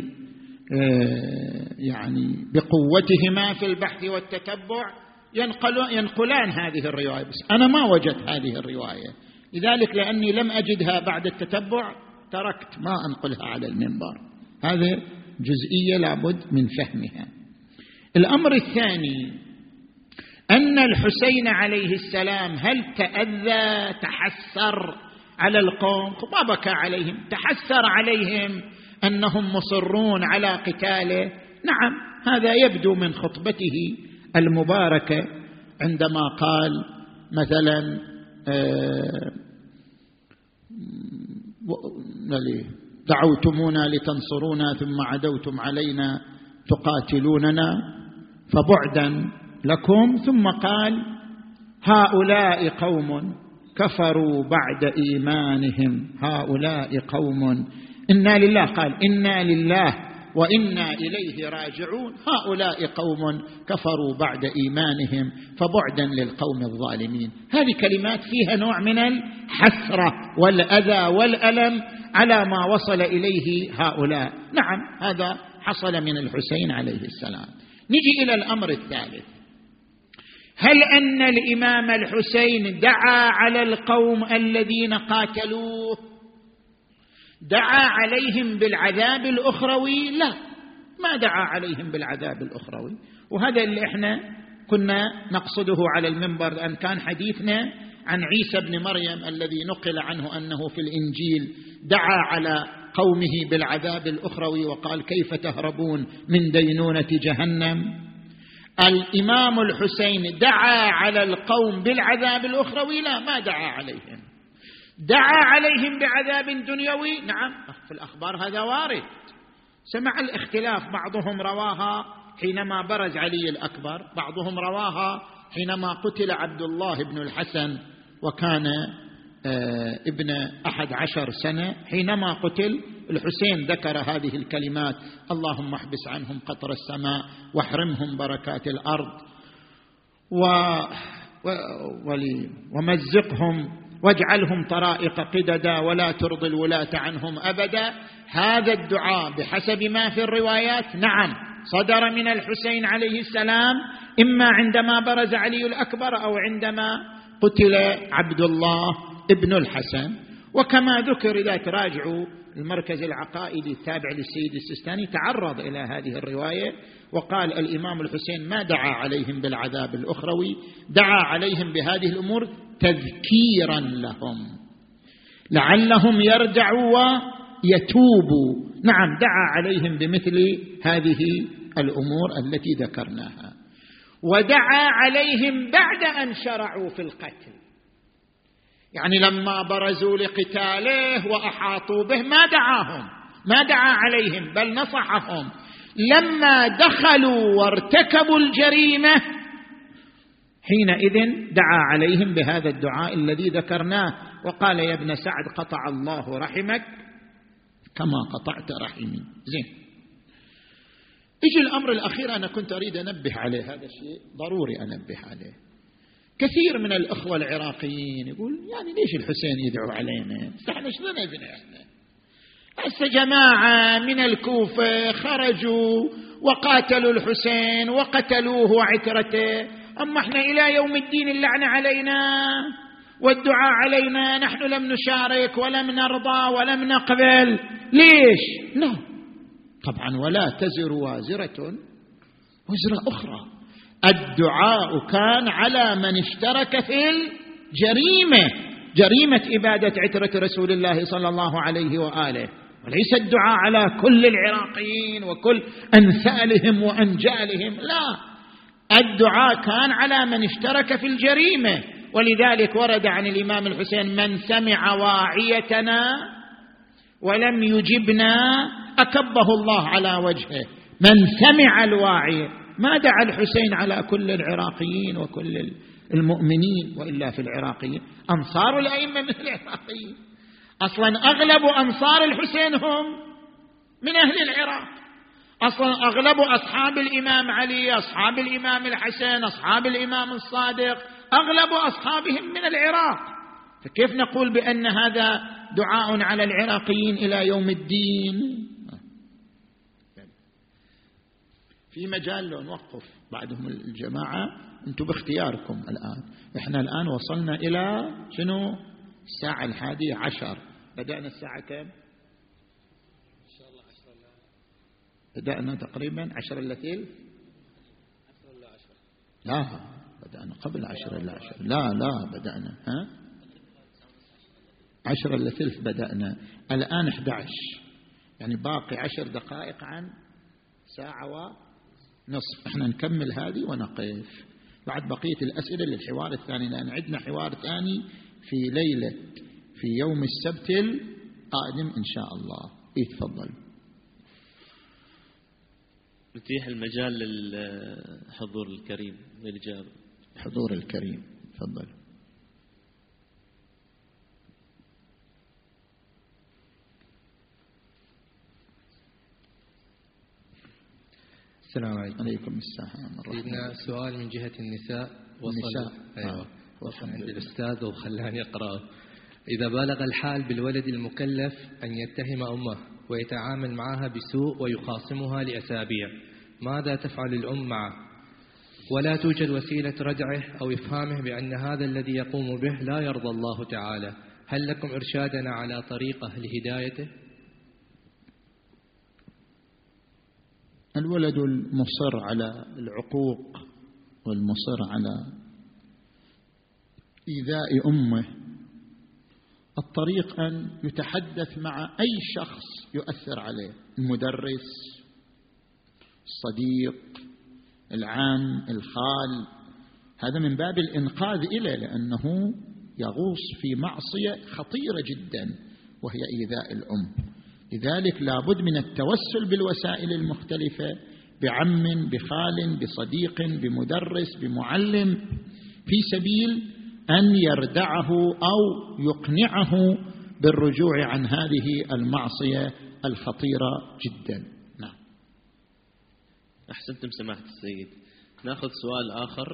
يعني بقوتهما في البحث والتتبع، ينقلان هذه الرواية، بس أنا ما وجدت هذه الرواية. لذلك لأني لم أجدها بعد التتبع تركت ما أنقلها على المنبر. هذه جزئية لابد من فهمها. الأمر الثاني أن الحسين عليه السلام هل تأذى تحسر على القوم؟ ما بكى عليهم، تحسر عليهم أنهم مصرون على قتاله. نعم، هذا يبدو من خطبته المباركة عندما قال مثلا دعوتمونا لتنصرونا ثم عدوتم علينا تقاتلوننا فبعدا لكم، ثم قال هؤلاء قوم كفروا بعد إيمانهم، هؤلاء قوم إنا لله، قال إنا لله وإنا إليه راجعون، هؤلاء قوم كفروا بعد إيمانهم فبعدا للقوم الظالمين. هذه كلمات فيها نوع من الحسرة والأذى والألم على ما وصل إليه هؤلاء. نعم، هذا حصل من الحسين عليه السلام. نجي إلى الأمر الثالث، هل أن الإمام الحسين دعا على القوم الذين قاتلوه، دعا عليهم بالعذاب الأخروي؟ لا، ما دعا عليهم بالعذاب الأخروي. وهذا اللي احنا كنا نقصده على المنبر، أن كان حديثنا عن عيسى بن مريم الذي نقل عنه أنه في الإنجيل دعا على قومه بالعذاب الأخروي وقال كيف تهربون من دينونة جهنم. الإمام الحسين دعا على القوم بالعذاب الأخروي؟ لا، ما دعا عليهم. دعا عليهم بعذاب دنيوي؟ نعم، في الأخبار هذا وارد. سمع الاختلاف، بعضهم رواها حينما برز علي الأكبر، بعضهم رواها حينما قتل عبد الله بن الحسن وكان ابن 11 سنة، حينما قتل الحسين ذكر هذه الكلمات: اللهم احبس عنهم قطر السماء واحرمهم بركات الأرض ومزقهم واجعلهم طرائق قددا ولا ترضي الولاة عنهم أبدا. هذا الدعاء بحسب ما في الروايات نعم صدر من الحسين عليه السلام، إما عندما برز علي الأكبر أو عندما قتل عبد الله ابن الحسن. وكما ذكر إذا تراجعوا المركز العقائدي التابع للسيد السيستاني تعرض إلى هذه الرواية وقال الإمام الحسين ما دعا عليهم بالعذاب الأخروي، دعا عليهم بهذه الأمور تذكيرا لهم لعلهم يرجعوا ويتوبوا. نعم دعا عليهم بمثل هذه الأمور التي ذكرناها، ودعا عليهم بعد أن شرعوا في القتل، يعني لما برزوا لقتاله وأحاطوا به ما دعا عليهم بل نصحهم. لما دخلوا وارتكبوا الجريمة حينئذ دعا عليهم بهذا الدعاء الذي ذكرناه وقال: يا ابن سعد قطع الله رحمك كما قطعت رحمي. زين، يجي الأمر الأخير أنا كنت أريد أنبه عليه، هذا شيء ضروري أنبه عليه. كثير من الأخوة العراقيين يقول يعني ليش الحسين يدعو علينا؟ احنا شلون ابن احنا؟ هسه جماعة من الكوفة خرجوا وقاتلوا الحسين وقتلوه وعترته، أما احنا إلى يوم الدين اللعنة علينا والدعاء علينا، نحن لم نشارك ولم نرضى ولم نقبل. ليش؟ لا طبعا، ولا تزر وازرة وزر أخرى. الدعاء كان على من اشترك في الجريمة، جريمة إبادة عترة رسول الله صلى الله عليه وآله، وليس الدعاء على كل العراقيين وكل أنسالهم وأنجالهم، لا، الدعاء كان على من اشترك في الجريمة. ولذلك ورد عن الإمام الحسين: من سمع واعيتنا ولم يجبنا أكبه الله على وجهه. من سمع الواعية، ما دعا الحسين على كل العراقيين وكل المؤمنين، وإلا في العراقيين أنصار الأئمة من العراقيين، أصلا أغلب أنصار الحسين هم من أهل العراق، أصلا أغلب أصحاب الإمام علي، أصحاب الإمام الحسن، أصحاب الإمام الصادق، أغلب أصحابهم من العراق. فكيف نقول بأن هذا دعاء على العراقيين إلى يوم الدين؟ في مجال لو نوقف بعدهم الجماعة، أنتم باختياركم. الآن إحنا الآن وصلنا إلى شنو؟ الساعة 11. بدأنا الساعة كم؟ إن شاء الله 10. بدأنا تقريبا 10:15. لا بدأنا قبل 10:10. لا بدأنا 10:15 بدأنا، الآن 11، يعني باقي 10 دقائق عن ساعة ونصف. احنا نكمل هذه ونقف بعد بقية الأسئلة للحوار الثاني، لأن عندنا حوار ثاني في يوم السبت القادم إن شاء الله. تفضل. نتيح المجال للحضور الكريم للإجابة. حضور الكريم تفضل. السلام عليكم. عليكم السلام. سيدنا سؤال من جهة النساء وصل. أيوة. وصل عند الأستاذ وخلاني يقرأه. إذا بلغ الحال بالولد المكلف أن يتهم أمه ويتعامل معها بسوء ويخاصمها لأسابيع، ماذا تفعل الأم معه؟ ولا توجد وسيلة ردعه أو إفهامه بأن هذا الذي يقوم به لا يرضى الله تعالى، هل لكم إرشادنا على طريقة لهدايته؟ الولد المصر على العقوق والمصر على إيذاء أمه، الطريق أن يتحدث مع أي شخص يؤثر عليه، المدرس، الصديق، العم، الخال، هذا من باب الإنقاذ إليه، لأنه يغوص في معصية خطيرة جدا وهي إيذاء الأم. لذلك لابد من التوسل بالوسائل المختلفة، بعم، بخال، بصديق، بمدرس، بمعلم، في سبيل أن يردعه أو يقنعه بالرجوع عن هذه المعصية الخطيرة جدا. نعم. أحسنتم سماحة السيد. نأخذ سؤال آخر.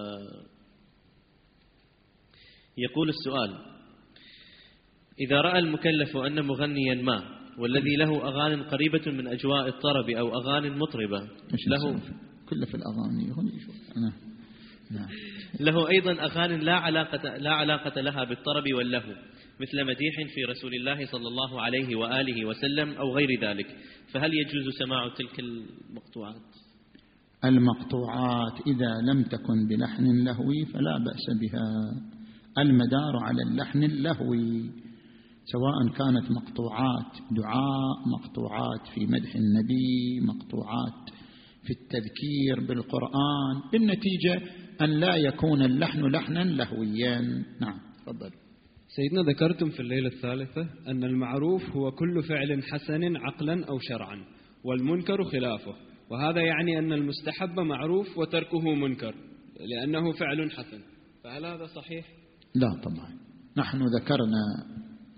يقول السؤال: إذا رأى المكلف أن مغنيا ما والذي له أغاني قريبة من أجواء الطرب أو أغاني مطربة له كل في الأغاني نعم. له أيضا أغاني لا علاقة لها بالطرب واللهو، مثل مديح في رسول الله صلى الله عليه وآله وسلم أو غير ذلك، فهل يجوز سماع تلك المقطوعات؟ المقطوعات إذا لم تكن بلحن لهوي فلا بأس بها. المدار على اللحن اللهوي، سواء كانت مقطوعات دعاء، مقطوعات في مدح النبي، مقطوعات في التذكير بالقرآن، بالنتيجة أن لا يكون اللحن لحنا لهويا. نعم تفضل. سيدنا ذكرتم في الليلة الثالثة أن المعروف هو كل فعل حسن عقلا أو شرعا، والمنكر خلافه، وهذا يعني أن المستحب معروف وتركه منكر لأنه فعل حسن، فهل هذا صحيح؟ لا طبعا. نحن ذكرنا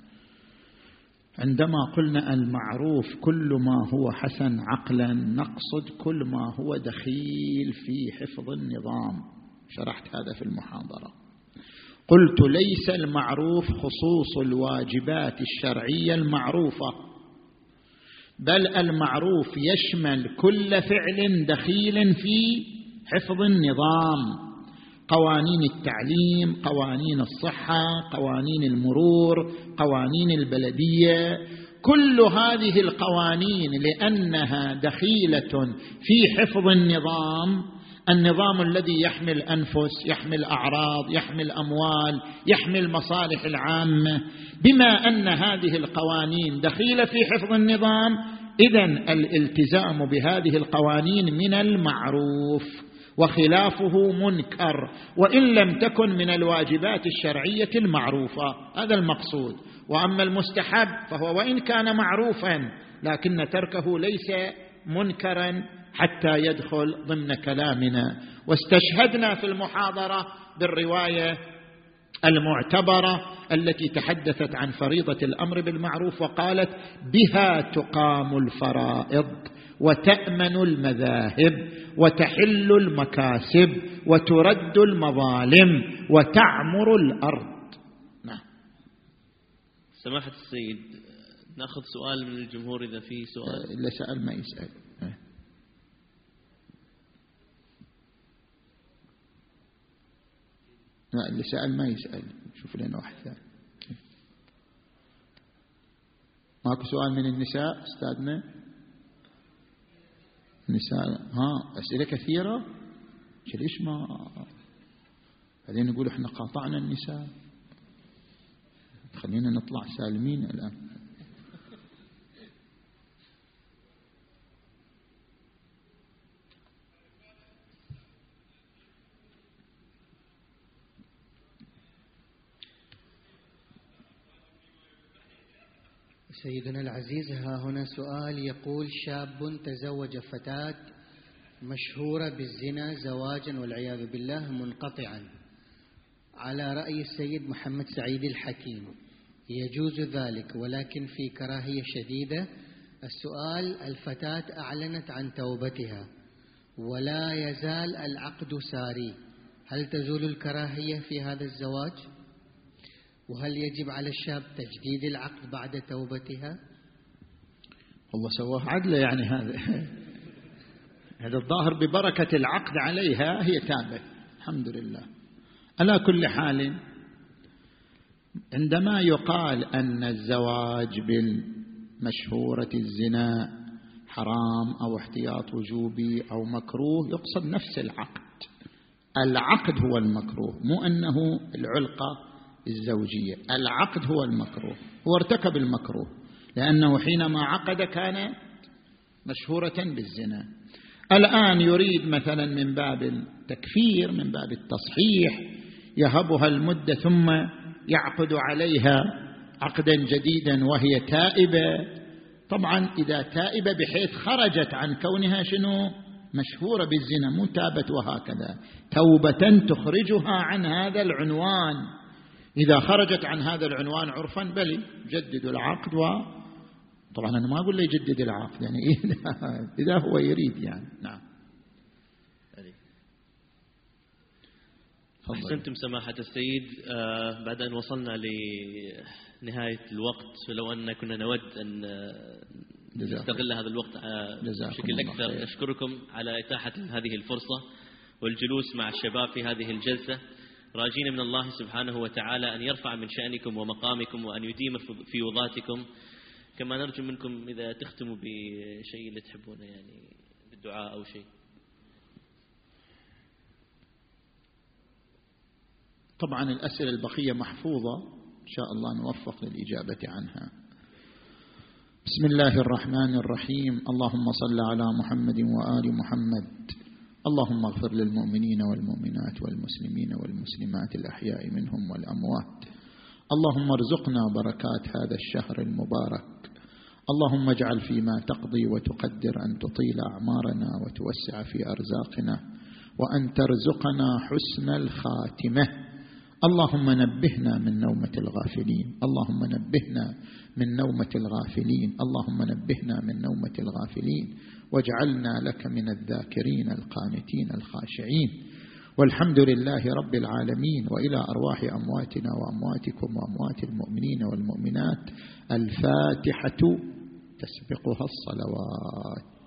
عندما قلنا المعروف كل ما هو حسن عقلا نقصد كل ما هو دخيل في حفظ النظام. شرحت هذا في المحاضرة. قلت ليس المعروف خصوص الواجبات الشرعية المعروفة، بل المعروف يشمل كل فعل دخيل في حفظ النظام، قوانين التعليم، قوانين الصحة، قوانين المرور، قوانين البلدية، كل هذه القوانين لأنها دخيلة في حفظ النظام الذي يحمي الأنفس، يحمي الأعراض، يحمي الأموال، يحمي المصالح العامة. بما أن هذه القوانين دخيلة في حفظ النظام، إذن الالتزام بهذه القوانين من المعروف، وخلافه منكر، وإن لم تكن من الواجبات الشرعية المعروفة. هذا المقصود. وأما المستحب فهو وإن كان معروفا لكن تركه ليس منكرا حتى يدخل ضمن كلامنا. واستشهدنا في المحاضرة بالرواية المعتبرة التي تحدثت عن فريضة الأمر بالمعروف وقالت: بها تقام الفرائض وتأمن المذاهب وتحل المكاسب وترد المظالم وتعمر الأرض. نعم. سماحة السيد، نأخذ سؤال من الجمهور إذا في سؤال. اللي سأل ما يسأل. لا، اللي سأل ما يسأل. شوف لنا واحد ثاني. ماكو سؤال من النساء أستاذنا؟ النساء أسئلة كثيرة. ليش ما بعدين نقول احنا قاطعنا النساء؟ خلينا نطلع سالمين الآن. سيدنا العزيز، ها هنا سؤال يقول: شاب تزوج فتاة مشهورة بالزنا زواجا والعياذ بالله منقطعا، على رأي السيد محمد سعيد الحكيم يجوز ذلك ولكن في كراهية شديدة. السؤال: الفتاة أعلنت عن توبتها ولا يزال العقد ساري، هل تزول الكراهية في هذا الزواج؟ وهل يجب على الشاب تجديد العقد بعد توبتها؟ الله سواه عدله يعني هذا الظاهر ببركة العقد عليها هي تابت الحمد لله. على كل حال، عندما يقال أن الزواج بالمشهورة الزنا حرام أو احتياط وجوبي أو مكروه، يقصد نفس العقد. العقد هو المكروه، مو أنه العلقة الزوجية. العقد هو المكروه، هو ارتكب المكروه لأنه حينما عقد كان مشهورة بالزنا. الآن يريد مثلا من باب التكفير، من باب التصحيح، يهبها المدة ثم يعقد عليها عقدا جديدا وهي تائبة. طبعا إذا تائبة بحيث خرجت عن كونها مشهورة بالزنا، مو تابت وهكذا، توبة تخرجها عن هذا العنوان. إذا خرجت عن هذا العنوان عرفا بلي جدد العقد طبعا أنا ما أقول له يجدد العقد يعني إذا هو يريد يعني. نعم. أحسنتم سماحة السيد. بعد أن وصلنا لنهاية الوقت، فلو أن كنا نود أن نستغل هذا الوقت بشكل أكثر، نشكركم على إتاحة هذه الفرصة والجلوس مع الشباب في هذه الجلسة، راجين من الله سبحانه وتعالى أن يرفع من شأنكم ومقامكم وأن يديم في وضاتكم. كما نرجو منكم إذا تختموا بشيء اللي تحبونه يعني بالدعاء أو شيء. طبعا الأسئلة البقية محفوظة إن شاء الله نوفق للإجابة عنها. بسم الله الرحمن الرحيم. اللهم صل على محمد وآل محمد. اللهم اغفر للمؤمنين والمؤمنات والمسلمين والمسلمات الأحياء منهم والأموات. اللهم ارزقنا بركات هذا الشهر المبارك. اللهم اجعل فيما تقضي وتقدر أن تطيل أعمارنا وتوسع في أرزاقنا وأن ترزقنا حسن الخاتمة. اللهم نبهنا من نومة الغافلين. اللهم نبهنا من نومة الغافلين. اللهم نبهنا من نومة الغافلين واجعلنا لك من الذاكرين القانتين الخاشعين. والحمد لله رب العالمين. وإلى أرواح أمواتنا وأمواتكم وأموات المؤمنين والمؤمنات الفاتحة تسبقها الصلوات.